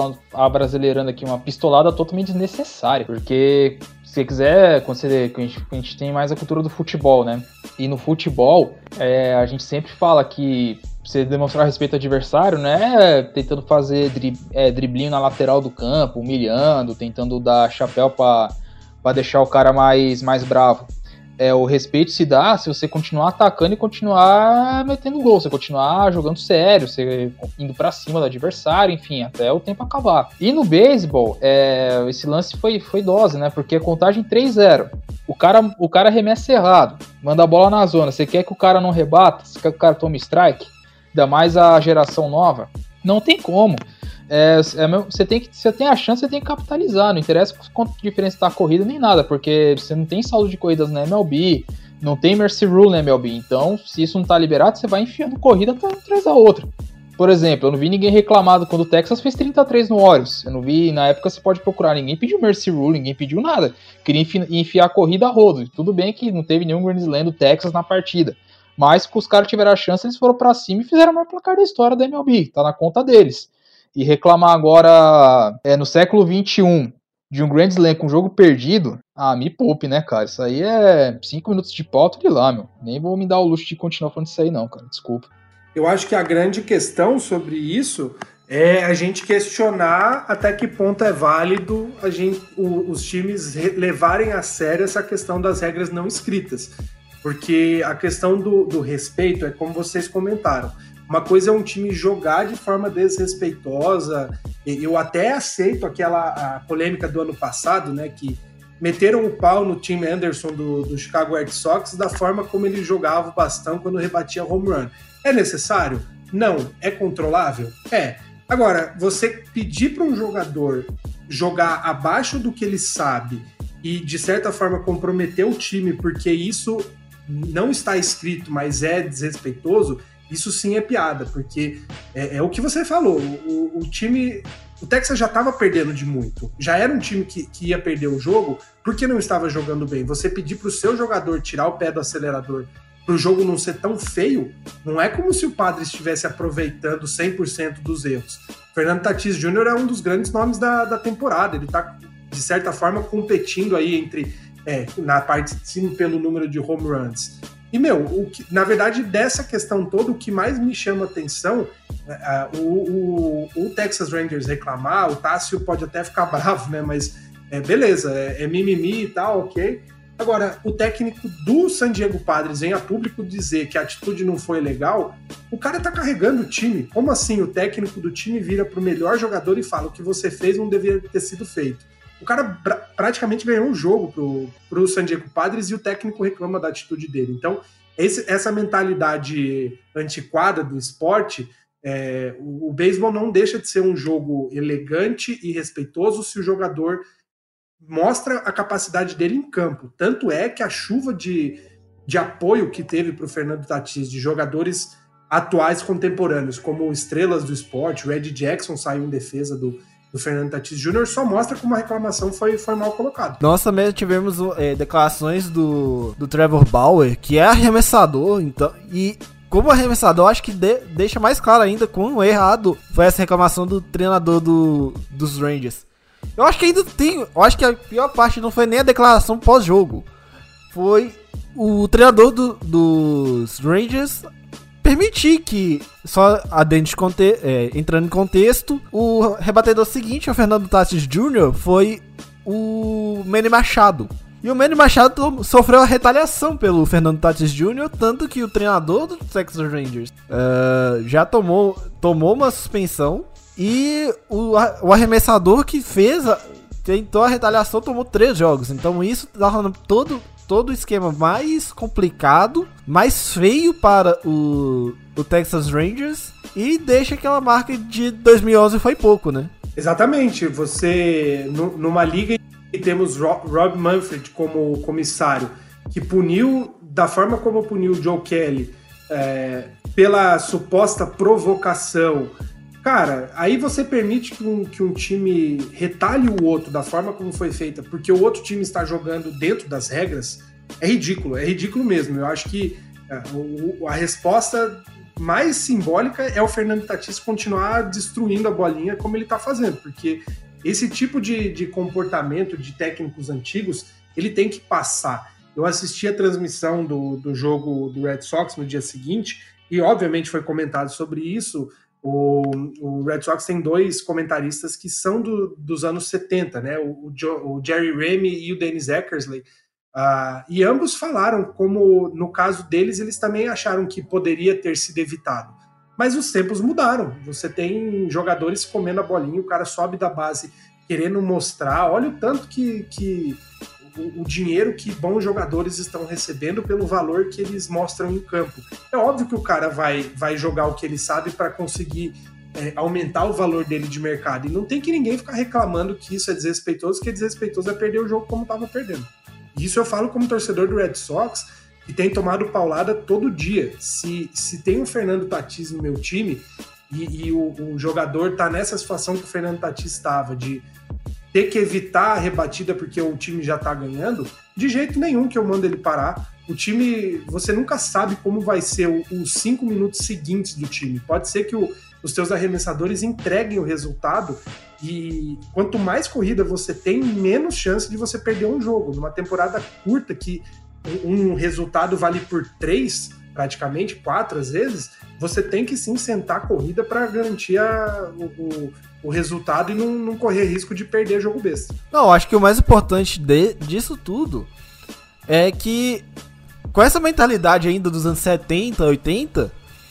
a brasileirando aqui, uma pistolada totalmente desnecessária. Porque, se você quiser, quando você, a, gente, a gente tem mais a cultura do futebol, né? E no futebol, é, a gente sempre fala que você demonstrar respeito ao adversário, né? Tentando fazer dri, é, driblinho na lateral do campo, humilhando, tentando dar chapéu para para deixar o cara mais, mais bravo. É, o respeito se dá se você continuar atacando e continuar metendo gol, você continuar jogando sério, você indo para cima do adversário, enfim, até o tempo acabar. E no beisebol, é, esse lance foi, foi dose, né? Porque a contagem três a zero. O cara, o cara arremessa errado, manda a bola na zona. Você quer que o cara não rebata? Você quer que o cara tome strike? Ainda mais a geração nova? Não tem como. É, é, você, tem que, você tem a chance, você tem que capitalizar. Não interessa quanto diferença está a corrida nem nada, porque você não tem saldo de corridas na M L B, não tem Mercy Rule na M L B. Então, se isso não está liberado, você vai enfiando corrida até uma atrás da outra. Por exemplo, eu não vi ninguém reclamado quando o Texas fez trinta a três no Orioles. Eu não vi, na época você pode procurar, ninguém pediu Mercy Rule, ninguém pediu nada. Queria enfi- enfiar a corrida a rodo. Tudo bem que não teve nenhum Grand Slam do Texas na partida, mas que os caras tiveram a chance, eles foram pra cima e fizeram o maior placar da história da M L B. Tá na conta deles. E reclamar agora, é, no século vinte e um, de um Grand Slam com jogo perdido, ah, me poupe, né, cara? Isso aí é cinco minutos de pauta de lá, meu. Nem vou me dar o luxo de continuar falando isso aí, não, cara. Desculpa. Eu acho que a grande questão sobre isso é a gente questionar até que ponto é válido a gente, o, os times re- levarem a sério essa questão das regras não escritas. Porque a questão do, do respeito é como vocês comentaram. Uma coisa é um time jogar de forma desrespeitosa. Eu até aceito aquela a polêmica do ano passado, né, que meteram o pau no time Anderson do, do Chicago White Sox da forma como ele jogava o bastão quando rebatia home run. É necessário? Não. É controlável? É. Agora, você pedir para um jogador jogar abaixo do que ele sabe e, de certa forma, comprometer o time porque isso não está escrito, mas é desrespeitoso, isso sim é piada, porque é, é o que você falou, o, o time, o Texas já estava perdendo de muito, já era um time que, que ia perder o jogo porque não estava jogando bem. Você pedir para o seu jogador tirar o pé do acelerador para o jogo não ser tão feio, não é como se o Padre estivesse aproveitando cem por cento dos erros. Fernando Tatis Júnior é um dos grandes nomes da, da temporada, ele está, de certa forma, competindo aí entre, é, na parte de cima pelo número de home runs. E, meu, o que, na verdade, dessa questão toda, o que mais me chama atenção, uh, o, o, o Texas Rangers reclamar, o Tássio pode até ficar bravo, né? Mas é, beleza, é, é mimimi e tal, ok. Agora, o técnico do San Diego Padres vem a público dizer que a atitude não foi legal, o cara tá carregando o time. Como assim o técnico do time vira pro melhor jogador e fala o que você fez não deveria ter sido feito? O cara pra, praticamente ganhou um jogo pro, pro San Diego Padres e o técnico reclama da atitude dele. Então, esse, essa mentalidade antiquada do esporte, é, o, o beisebol não deixa de ser um jogo elegante e respeitoso se o jogador mostra a capacidade dele em campo. Tanto é que a chuva de, de apoio que teve para o Fernando Tatis, de jogadores atuais contemporâneos, como estrelas do esporte, o Red Jackson saiu em defesa do, do Fernando Tatis Júnior, só mostra como a reclamação foi, foi mal colocada. Nós também tivemos é, declarações do, do Trevor Bauer, que é arremessador, então, e como arremessador, acho que de, deixa mais claro ainda quão errado foi essa reclamação do treinador do, dos Rangers. Eu acho que ainda tem, eu acho que a pior parte não foi nem a declaração pós-jogo, foi o treinador do, dos Rangers permitir que, só adendo de conte- é, entrando em contexto, o rebatedor seguinte, o Fernando Tatis Júnior, foi o Manny Machado. E o Manny Machado sofreu a retaliação pelo Fernando Tatis Júnior, tanto que o treinador do Texas Rangers uh, já tomou, tomou uma suspensão, e o, o arremessador que fez, a, tentou a retaliação, tomou três jogos. Então isso torna todo todo o esquema mais complicado, mais feio para o, o Texas Rangers, e deixa aquela marca de dois mil e onze foi pouco, né? Exatamente. Você, no, numa liga que temos Rob Manfred como comissário, que puniu da forma como puniu o Joe Kelly, é, pela suposta provocação. Cara, aí você permite que um, que um time retalhe o outro da forma como foi feita, porque o outro time está jogando dentro das regras, é ridículo, é ridículo mesmo. Eu acho que é, o, a resposta mais simbólica é o Fernando Tatis continuar destruindo a bolinha como ele está fazendo, porque esse tipo de, de comportamento de técnicos antigos, ele tem que passar. Eu assisti a transmissão do, do jogo do Red Sox no dia seguinte, e obviamente foi comentado sobre isso. O, o Red Sox tem dois comentaristas que são do, dos anos setenta, né? O, o, Joe, o Jerry Remy e o Dennis Eckersley. Uh, e ambos falaram como, no caso deles, eles também acharam que poderia ter sido evitado. Mas os tempos mudaram. Você tem jogadores comendo a bolinha, o cara sobe da base querendo mostrar. Olha o tanto que... que O, o dinheiro que bons jogadores estão recebendo pelo valor que eles mostram em campo. É óbvio que o cara vai, vai jogar o que ele sabe para conseguir é, aumentar o valor dele de mercado. E não tem que ninguém ficar reclamando que isso é desrespeitoso, que é desrespeitoso é perder o jogo como estava perdendo. Isso eu falo como torcedor do Red Sox, que tem tomado paulada todo dia. Se, se tem o Fernando Tatis no meu time e, e o, o jogador tá nessa situação que o Fernando Tatis estava, de ter que evitar a rebatida porque o time já tá ganhando, de jeito nenhum que eu mando ele parar. O time, você nunca sabe como vai ser o, os cinco minutos seguintes do time. Pode ser que o, os teus arremessadores entreguem o resultado, e quanto mais corrida você tem, menos chance de você perder um jogo. Numa temporada curta que um, um resultado vale por três, praticamente, quatro às vezes, você tem que sim sentar a corrida para garantir a, o, o, o resultado e não, não correr risco de perder jogo besta. Não, acho que o mais importante de, disso tudo é que, com essa mentalidade ainda dos anos setenta, oitenta,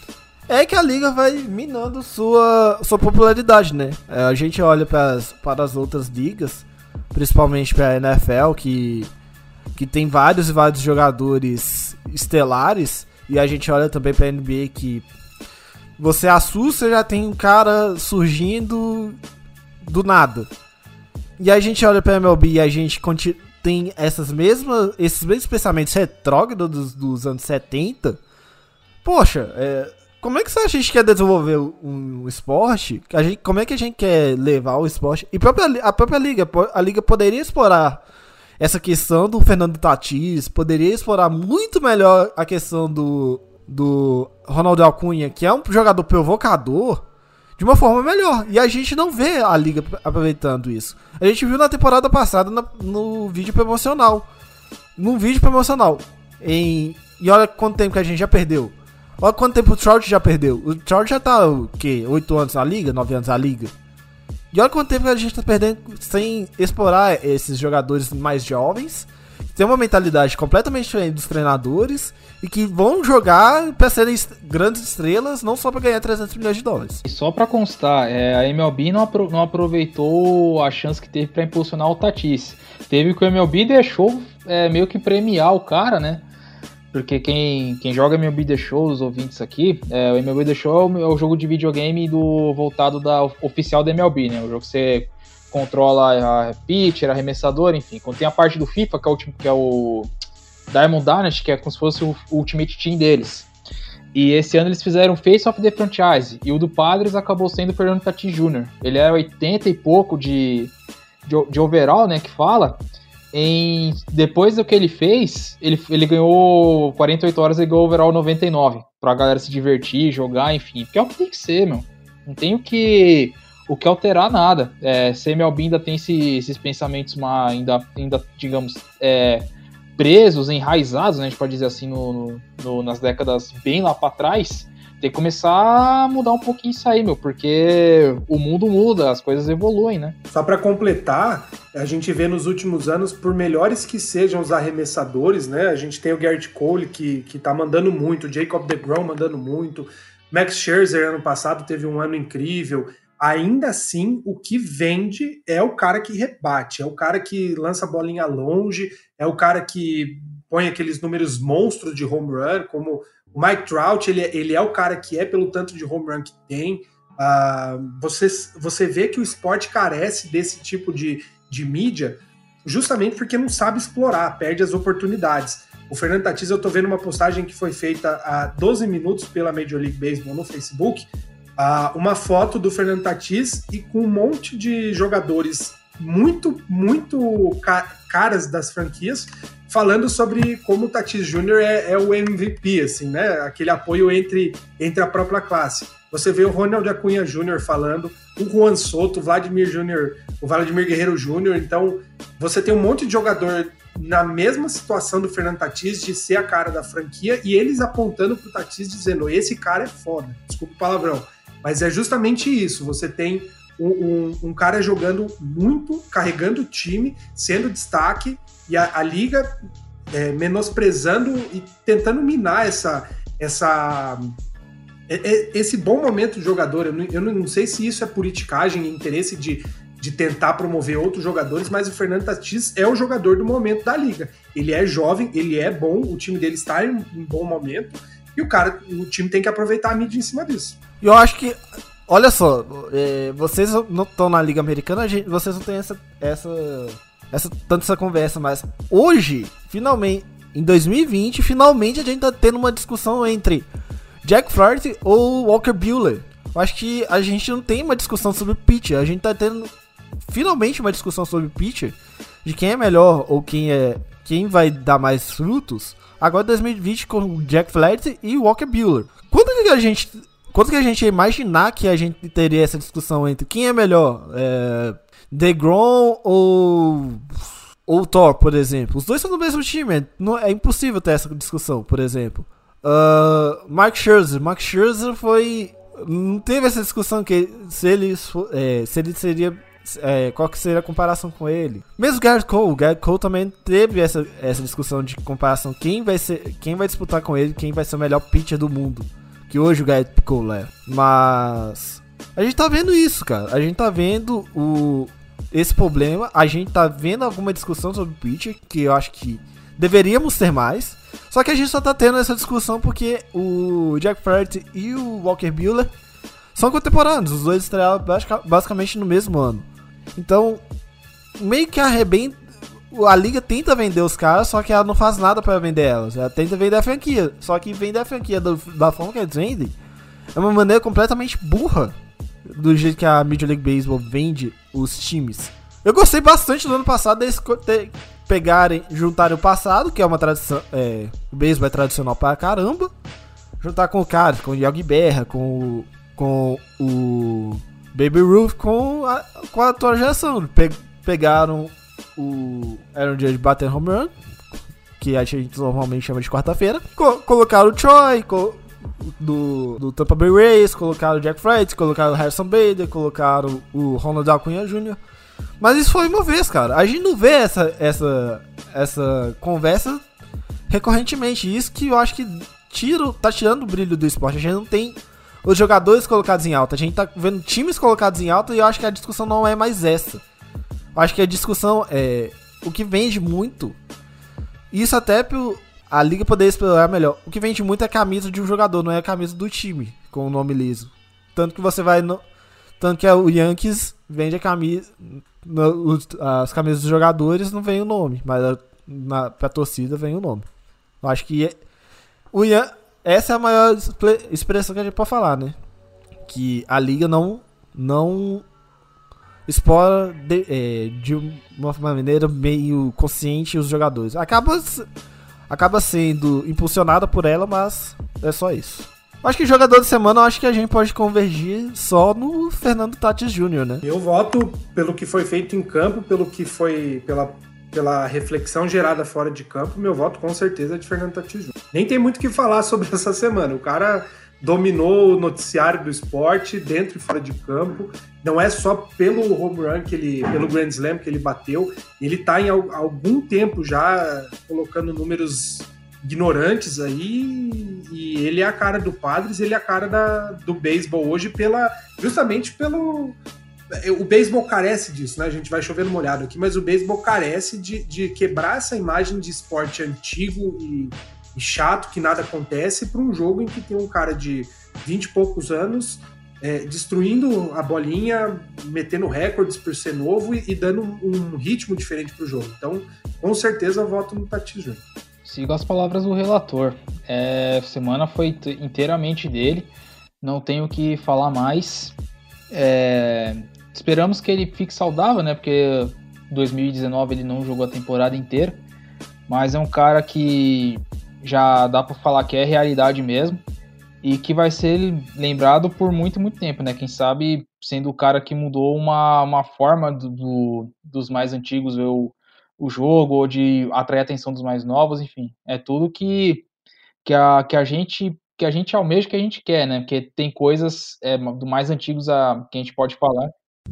é que a liga vai minando sua, sua popularidade, né? É, a gente olha para as, para as outras ligas, principalmente para a N F L, que, que tem vários e vários jogadores estelares, e a gente olha também pra N B A, que você assusta, já tem um cara surgindo do nada. E a gente olha pra M L B e a gente continu- tem essas mesmas, esses mesmos pensamentos retrógrados dos, dos anos setenta. Poxa, é, como é que a gente quer desenvolver um, um esporte? A gente, como é que a gente quer levar o esporte? E própria, a própria liga, a liga poderia explorar essa questão do Fernando Tatis, poderia explorar muito melhor a questão do, do Ronaldo Acunha, que é um jogador provocador, de uma forma melhor. E a gente não vê a liga aproveitando isso. A gente viu na temporada passada na, no vídeo promocional. Num vídeo promocional. Em, e olha quanto tempo que a gente já perdeu. Olha quanto tempo o Trout já perdeu. O Trout já tá, o quê? oito anos na liga? nove anos na liga? E olha quanto tempo que a gente tá perdendo sem explorar esses jogadores mais jovens, que tem uma mentalidade completamente diferente dos treinadores e que vão jogar pra serem est- grandes estrelas, não só pra ganhar trezentos milhões de dólares. E só pra constar, é, a M L B não, apro- não aproveitou a chance que teve pra impulsionar o Tatis. Teve que o M L B deixou é, meio que premiar o cara, né? Porque quem, quem joga M L B The Show, os ouvintes aqui, é, o M L B The Show é o jogo de videogame do, voltado da oficial da M L B, né? O jogo que você controla a pitcher, arremessador, enfim. Quando tem a parte do FIFA, que é o, que é o Diamond Dynasty, que é como se fosse o Ultimate Team deles. E esse ano eles fizeram Face of the Franchise, e o do Padres acabou sendo o Fernando Tatis Júnior Ele é oitenta e pouco de, de, de overall, né, que fala. Em, depois do que ele fez, ele, ele ganhou quarenta e oito horas e ganhou overall noventa e nove, pra galera se divertir, jogar, enfim. Porque é o que tem que ser, meu. Não tem o que, o que alterar nada. É, C M L B ainda tem esse, esses pensamentos uma, ainda, ainda, digamos, é, presos, enraizados, né, a gente pode dizer assim, no, no, nas décadas bem lá pra trás. Tem que começar a mudar um pouquinho isso aí, meu, porque o mundo muda, as coisas evoluem, né? Só para completar, a gente vê nos últimos anos, por melhores que sejam os arremessadores, né? A gente tem o Garrett Cole, que, que tá mandando muito, o Jacob deGrom mandando muito, Max Scherzer ano passado teve um ano incrível. Ainda assim, o que vende é o cara que rebate, é o cara que lança a bolinha longe, é o cara que põe aqueles números monstros de home run, como o Mike Trout, ele, ele é o cara que é pelo tanto de home run que tem. Uh, você, você vê que o esporte carece desse tipo de, de mídia justamente porque não sabe explorar, perde as oportunidades. O Fernando Tatis, eu tô vendo uma postagem que foi feita há doze minutos pela Major League Baseball no Facebook, uh, uma foto do Fernando Tatis e com um monte de jogadores muito, muito ca- caras das franquias, falando sobre como o Tatis Júnior é, é o M V P, assim, né? Aquele apoio entre, entre a própria classe. Você vê o Ronald Acunha Júnior falando, o Juan Soto, o Vladimir Júnior, o Vladimir Guerreiro Júnior Então, você tem um monte de jogador na mesma situação do Fernando Tatis, de ser a cara da franquia, e eles apontando pro Tatis dizendo, esse cara é foda, desculpa o palavrão. Mas é justamente isso, você tem um, um, um cara jogando muito, carregando o time, sendo destaque, e a, a liga é, menosprezando e tentando minar essa, essa, esse bom momento do jogador. Eu não, eu não sei se isso é politicagem e interesse de, de tentar promover outros jogadores, mas o Fernando Tatis é o jogador do momento da liga. Ele é jovem, ele é bom, o time dele está em um bom momento, e o cara, o time tem que aproveitar a mídia em cima disso. E eu acho que, olha só, é, vocês não estão na Liga Americana, a gente, vocês não têm essa... essa... Essa, tanto essa conversa, mas hoje, finalmente, em dois mil e vinte, finalmente a gente tá tendo uma discussão entre Jack Flaherty ou Walker Buehler. Eu acho que a gente não tem uma discussão sobre pitcher, a gente tá tendo finalmente uma discussão sobre pitcher, de quem é melhor ou quem é quem vai dar mais frutos, agora em dois mil e vinte com o Jack Flaherty e o Walker Buehler. Quando que a gente, quando que a gente ia imaginar que a gente teria essa discussão entre quem é melhor, é... DeGrom ou ou Thor, por exemplo? Os dois são do mesmo time, não, é impossível ter essa discussão, por exemplo. Uh, Mark Scherzer, Mark Scherzer foi, não teve essa discussão que se ele, é, se ele seria, é, qual que seria a comparação com ele. Mesmo Garrett Cole, o Garrett Cole também teve essa, essa discussão de comparação, quem vai ser, quem vai disputar com ele, quem vai ser o melhor pitcher do mundo, que hoje o Garrett Cole é. Mas a gente tá vendo isso, cara, a gente tá vendo o esse problema, a gente tá vendo alguma discussão sobre o pitcher, que eu acho que deveríamos ter mais, só que a gente só tá tendo essa discussão porque o Jack Flaherty e o Walker Buehler são contemporâneos, os dois estrearam basicamente no mesmo ano. Então, meio que arrebenta, a liga tenta vender os caras, só que ela não faz nada pra vender elas, ela tenta vender a franquia, só que vender a franquia do, da forma que eles vendem é uma maneira completamente burra do jeito que a Major League Baseball vende os times. Eu gostei bastante do ano passado deles ter, pegarem, juntarem o passado, que é uma tradição, é, o beisebol é tradicional pra caramba, juntar com o cara, com o Yogi Berra, com o, com o Baby Ruth, com a, com a atual geração. Pe, pegaram o Aaron Judge batendo home run, que a gente normalmente chama de quarta-feira, co, colocaram o Troy, co, Do, do Tampa Bay Rays, colocaram o Jack Flaherty, colocaram o Harrison Bader, colocaram o Ronald Acunha Júnior Mas isso foi uma vez, cara. A gente não vê essa, essa, essa conversa recorrentemente. Isso que eu acho que tira, tá tirando o brilho do esporte. A gente não tem os jogadores colocados em alta. A gente tá vendo times colocados em alta e eu acho que a discussão não é mais essa. Eu acho que a discussão é o que vende muito. Isso até pro a liga poderia explorar melhor. O que vende muito é a camisa de um jogador, não é a camisa do time, com o nome liso. Tanto que você vai no, tanto que o Yankees vende a camisa, no, as camisas dos jogadores não vem o nome, mas a, na, pra torcida vem o nome. Eu acho que o Ian, essa é a maior expressão que a gente pode falar, né? Que a liga não, não explora de, é, de uma maneira meio consciente os jogadores. Acaba, acaba sendo impulsionada por ela, mas é só isso. Acho que jogador de semana, eu acho que a gente pode convergir só no Fernando Tatis Júnior, né? Eu voto pelo que foi feito em campo, pelo que foi, pela, pela reflexão gerada fora de campo, meu voto com certeza é de Fernando Tatis Júnior Nem tem muito o que falar sobre essa semana. O cara dominou o noticiário do esporte, dentro e fora de campo. Não é só pelo home run, que ele, pelo Grand Slam que ele bateu. Ele tá em algum tempo já colocando números ignorantes aí, e ele é a cara do Padres, ele é a cara da, do beisebol hoje, pela, justamente pelo... O beisebol carece disso, né? A gente vai chover no molhado aqui, mas o beisebol carece de, de quebrar essa imagem de esporte antigo e, e chato, que nada acontece, para um jogo em que tem um cara de vinte e poucos anos é, destruindo a bolinha, metendo recordes por ser novo e, e dando um, um ritmo diferente pro jogo. Então, com certeza eu voto no Tatis Júnior Sigo as palavras do relator. É, semana foi inteiramente dele. Não tenho o que falar mais. É, esperamos que ele fique saudável, né? Porque em dois mil e dezenove ele não jogou a temporada inteira. Mas é um cara que já dá para falar que é realidade mesmo. E que vai ser lembrado por muito, muito tempo, né? Quem sabe sendo o cara que mudou uma, uma forma do, do, dos mais antigos ver o o jogo, ou de atrair a atenção dos mais novos, enfim, é tudo que, que, a, que, a, gente, que a gente almeja, que a gente quer, né, porque tem coisas é, do mais antigos a, que a gente pode falar.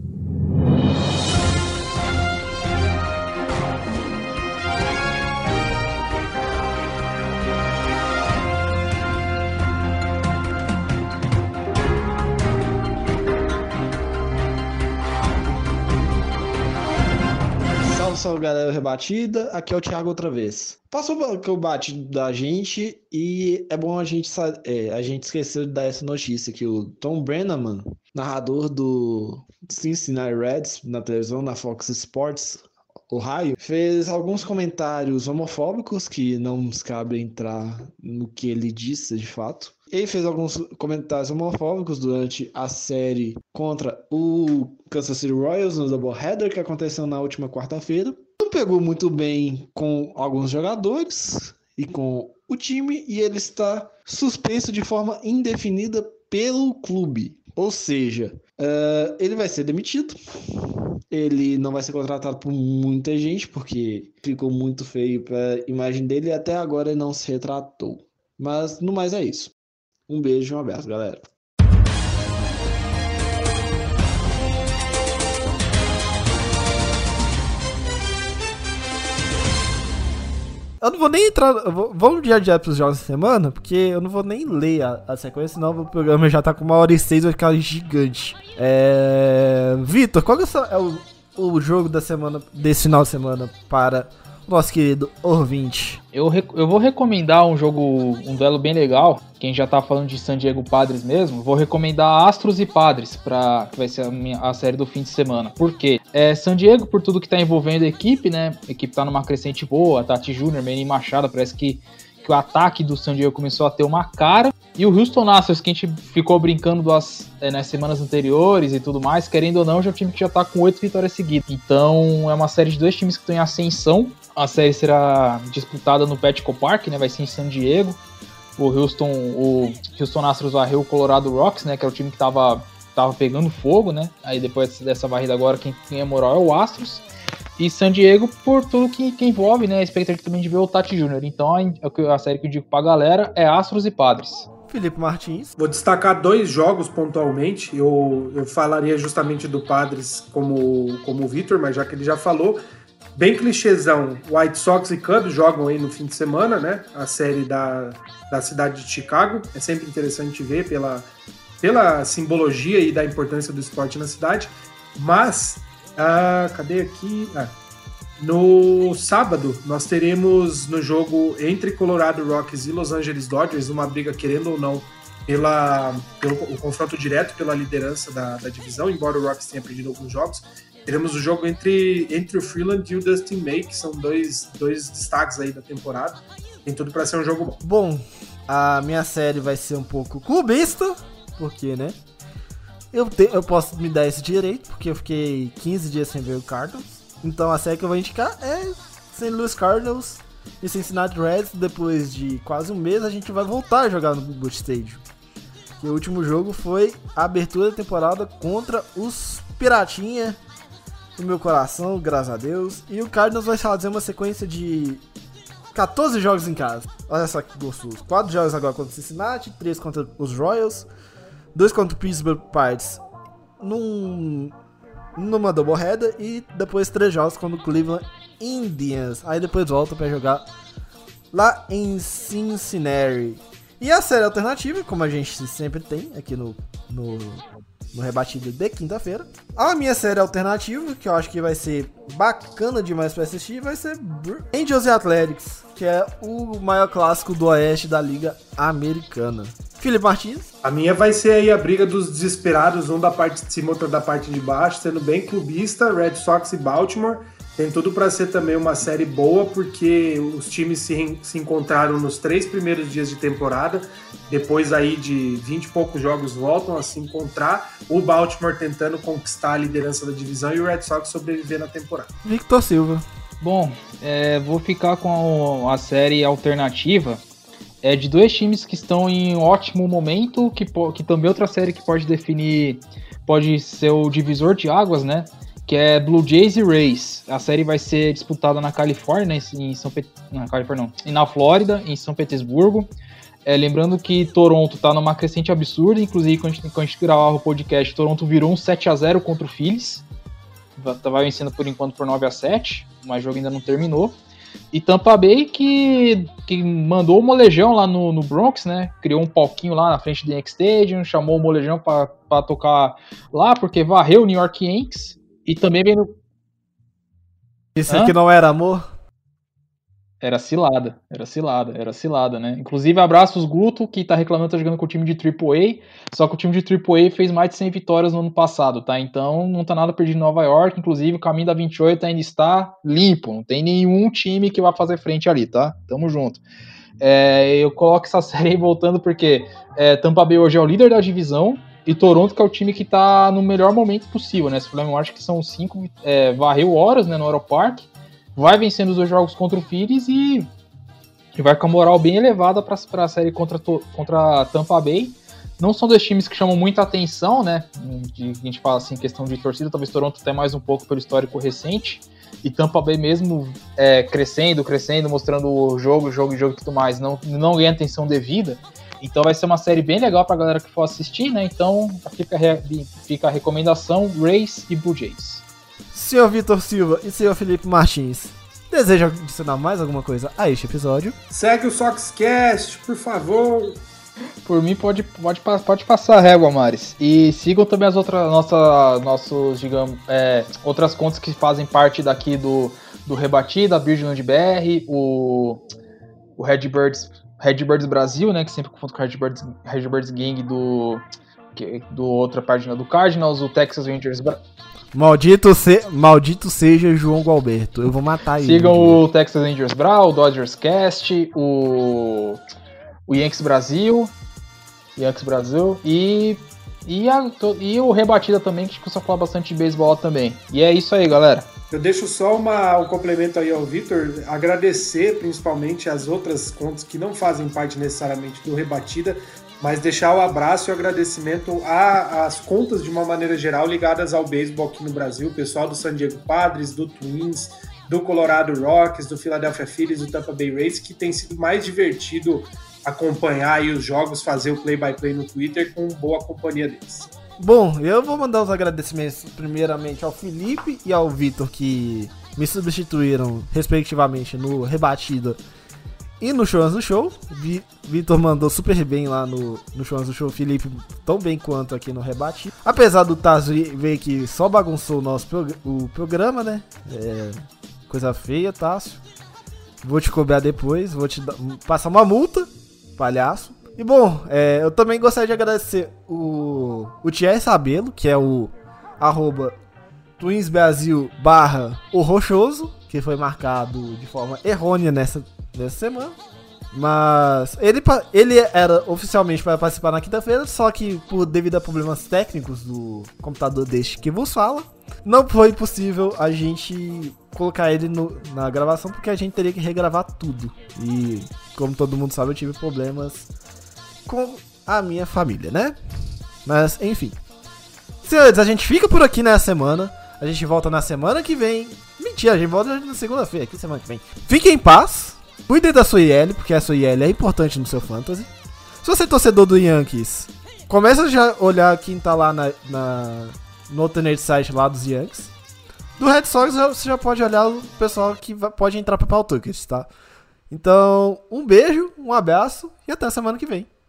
Salve galera rebatida, aqui é o Thiago outra vez. Passou o bate da gente e é bom a gente é, a gente esqueceu de dar essa notícia que o Tom Brennaman, narrador do Cincinnati Reds na televisão, na Fox Sports Ohio, fez alguns comentários homofóbicos que não nos cabe entrar no que ele disse de fato. Ele fez alguns comentários homofóbicos durante a série contra o Kansas City Royals no doubleheader que aconteceu na última quarta-feira. Não pegou muito bem com alguns jogadores e com o time e ele está suspenso de forma indefinida pelo clube. Ou seja, uh, ele vai ser demitido. Ele não vai ser contratado por muita gente porque ficou muito feio para a imagem dele e até agora ele não se retratou. Mas no mais é isso. Um beijo e um abraço, galera. Eu não vou nem entrar... Vou, vamos dia a dia pros jogos da semana, porque eu não vou nem ler a, a sequência, senão o programa já tá com uma hora e seis, vai ficar gigante. É... Vitor, qual que é o, o jogo da semana, desse final de semana para o nosso querido ouvinte? Eu, rec- eu vou recomendar um jogo, um duelo bem legal. Quem já tá falando de San Diego Padres mesmo, vou recomendar Astros e Padres, pra, que vai ser a, minha, a série do fim de semana. Por quê? É, San Diego, por tudo que tá envolvendo a equipe, né? A equipe tá numa crescente boa, Tati Júnior, Manny Machado, parece que, que o ataque do San Diego começou a ter uma cara. E o Houston Astros, que a gente ficou brincando das, é, nas semanas anteriores e tudo mais, querendo ou não, já é um time que já tá com oito vitórias seguidas. Então é uma série de dois times que estão em ascensão. A série será disputada no Petco Park, né? Vai ser em San Diego. O Houston, o Houston Astros varreu o Colorado Rocks, né? Que é o time que tava, tava pegando fogo, né? Aí depois dessa varrida agora, quem tem a moral é o Astros. E San Diego por tudo que, que envolve, né? A expectativa também de ver o Tati Júnior Então a, a série que eu digo pra galera é Astros e Padres. Felipe Martins. Vou destacar dois jogos pontualmente. Eu, eu falaria justamente do Padres como, como o Vitor, mas já que ele já falou... Bem clichêzão, White Sox e Cubs jogam aí no fim de semana, né? A série da, da cidade de Chicago. É sempre interessante ver pela, pela simbologia e da importância do esporte na cidade. Mas, ah, cadê aqui? Ah, no sábado, nós teremos no jogo entre Colorado Rockies e Los Angeles Dodgers uma briga, querendo ou não, pela, pelo o confronto direto pela liderança da, da divisão, embora o Rockies tenha perdido alguns jogos. Teremos o jogo entre, entre o Freeland e o Dustin May, que são dois, dois destaques aí da temporada. tem tudo pra ser um jogo bom. Bom, a minha série vai ser um pouco clubista, porque, né? Eu, te, eu posso me dar esse direito, porque eu fiquei quinze dias sem ver o Cardinals. Então a série que eu vou indicar é Saint Louis Cardinals e Cincinnati Reds. Depois de quase um mês, a gente vai voltar a jogar no Busch Stadium. E o último jogo foi a abertura da temporada contra os Piratinha do meu coração, graças a Deus. E o Cardinals vai fazer uma sequência de catorze jogos em casa. Olha só que gostoso. quatro jogos agora contra o Cincinnati, três contra os Royals, dois contra o Pittsburgh Pirates num, numa doubleheader e depois três jogos contra o Cleveland Indians. Aí depois volta pra jogar lá em Cincinnati. E a série alternativa, como a gente sempre tem aqui no, no, no Rebatido de quinta-feira. A minha série alternativa, que eu acho que vai ser bacana demais pra assistir, vai ser Angels e Athletics, que é o maior clássico do oeste da Liga Americana. Felipe Martins? A minha vai ser aí a briga dos desesperados, um da parte de cima, outro da parte de baixo, sendo bem clubista, Red Sox e Baltimore. Tem tudo para ser também uma série boa, porque os times se, se encontraram nos três primeiros dias de temporada, depois aí de vinte e poucos jogos voltam a se encontrar, o Baltimore tentando conquistar a liderança da divisão e o Red Sox sobreviver na temporada. Victor Silva. Bom, é, vou ficar com a série alternativa é, de dois times que estão em um ótimo momento, que, que também é outra série que pode definir, pode ser o divisor de águas, né? Que é Blue Jays e Rays. A série vai ser disputada na Califórnia, em São Pet... na Califórnia não, e na Flórida, em São Petersburgo. É, lembrando que Toronto tá numa crescente absurda, inclusive quando a gente, quando a gente gravava o podcast, Toronto virou um sete a zero contra o Phillies. Vai vencendo por enquanto por nove a sete, mas o jogo ainda não terminou. E Tampa Bay que, que mandou o molejão lá no, no Bronx, né? Criou um palquinho lá na frente do Yankee Stadium, chamou o molejão para tocar lá, porque varreu o New York Yankees. E também vem no... Isso aqui não era amor? Era cilada, era cilada, era cilada, né? Inclusive, abraços Guto, que tá reclamando que tá jogando com o time de triplo A, só que o time de triplo A fez mais de cem vitórias no ano passado, tá? Então, não tá nada perdido em Nova York, inclusive o caminho da vinte e oito ainda está limpo, não tem nenhum time que vai fazer frente ali, tá? Tamo junto. É, eu coloco essa série aí voltando porque é, Tampa Bay hoje é o líder da divisão, e Toronto, que é o time que tá no melhor momento possível, né? Se eu acho que são cinco, é, varreu horas, né, no Aeropark, vai vencendo os dois jogos contra o Phillies e, e vai com a moral bem elevada para a série contra, contra Tampa Bay. Não são dois times que chamam muita atenção, né? De, a gente fala assim, questão de torcida, talvez Toronto até mais um pouco pelo histórico recente, e Tampa Bay mesmo é, crescendo, crescendo, mostrando o jogo, jogo e jogo e tudo mais, não, não ganha atenção devida. Então vai ser uma série bem legal pra galera que for assistir, né? Então fica, fica a recomendação, Rays e Blue Jays. Senhor Vitor Silva e senhor Felipe Martins, deseja adicionar mais alguma coisa a este episódio? Segue o Soxcast, por favor. Por mim pode, pode, pode passar a régua, Maris. E sigam também as outras nossa, nossos, digamos, é, outras contas que fazem parte daqui do, do Rebatida, a Bird B R, o, o Redbirds... Redbirds Brasil, né, que sempre confundo com o Redbirds, Redbirds Gang do, que, do outra página do Cardinals, o Texas Rangers Brasil. Maldito, se, maldito seja João Gualberto, eu vou matar ele. Sigam o Texas Rangers Brasil, o Dodgers Cast, o, o Yankees Brasil, Yankees Brasil e, e, a, e o Rebatida também, que a gente costuma falar bastante de beisebol também. E é isso aí, galera. Eu deixo só uma, um complemento aí ao Vitor, agradecer principalmente as outras contas que não fazem parte necessariamente do Rebatida, mas deixar o abraço e o agradecimento às contas de uma maneira geral ligadas ao beisebol aqui no Brasil, o pessoal do San Diego Padres, do Twins, do Colorado Rockies, do Philadelphia Phillies, do Tampa Bay Rays, que tem sido mais divertido acompanhar aí os jogos, fazer o play-by-play no Twitter com boa companhia deles. Bom, eu vou mandar os agradecimentos primeiramente ao Felipe e ao Vitor, que me substituíram respectivamente no Rebatida e no Shows do Show. Vi, Vitor mandou super bem lá no, no Shows do Show, Felipe tão bem quanto aqui no Rebatida. Apesar do Tazo ver que só bagunçou o nosso prog- o programa, né? É, coisa feia, Tássio. Vou te cobrar depois, vou te dar, passar uma multa, palhaço. E bom, é, eu também gostaria de agradecer o, o Thierry Sabelo, que é o arroba Twins Brasil barra o Rochoso, que foi marcado de forma errônea nessa, nessa semana. Mas ele, pa- ele era oficialmente para participar na quinta-feira, só que por devido a problemas técnicos do computador deste que vos fala, não foi possível a gente colocar ele no- na gravação, porque a gente teria que regravar tudo. E como todo mundo sabe, eu tive problemas com a minha família, né? Mas enfim. Senhores, a gente fica por aqui nessa semana. A gente volta na semana que vem. Mentira, a gente volta na segunda-feira, aqui semana que vem. Fiquem em paz. Cuidem da sua I L, porque a sua I L é importante no seu fantasy. Se você é torcedor do Yankees, começa a já olhar quem tá lá na, na, no alternate site lá dos Yankees. Do Red Sox, já- você já pode olhar o pessoal que vai- pode entrar pra Pautucas, tá? Então, um beijo, um abraço e até a semana que vem.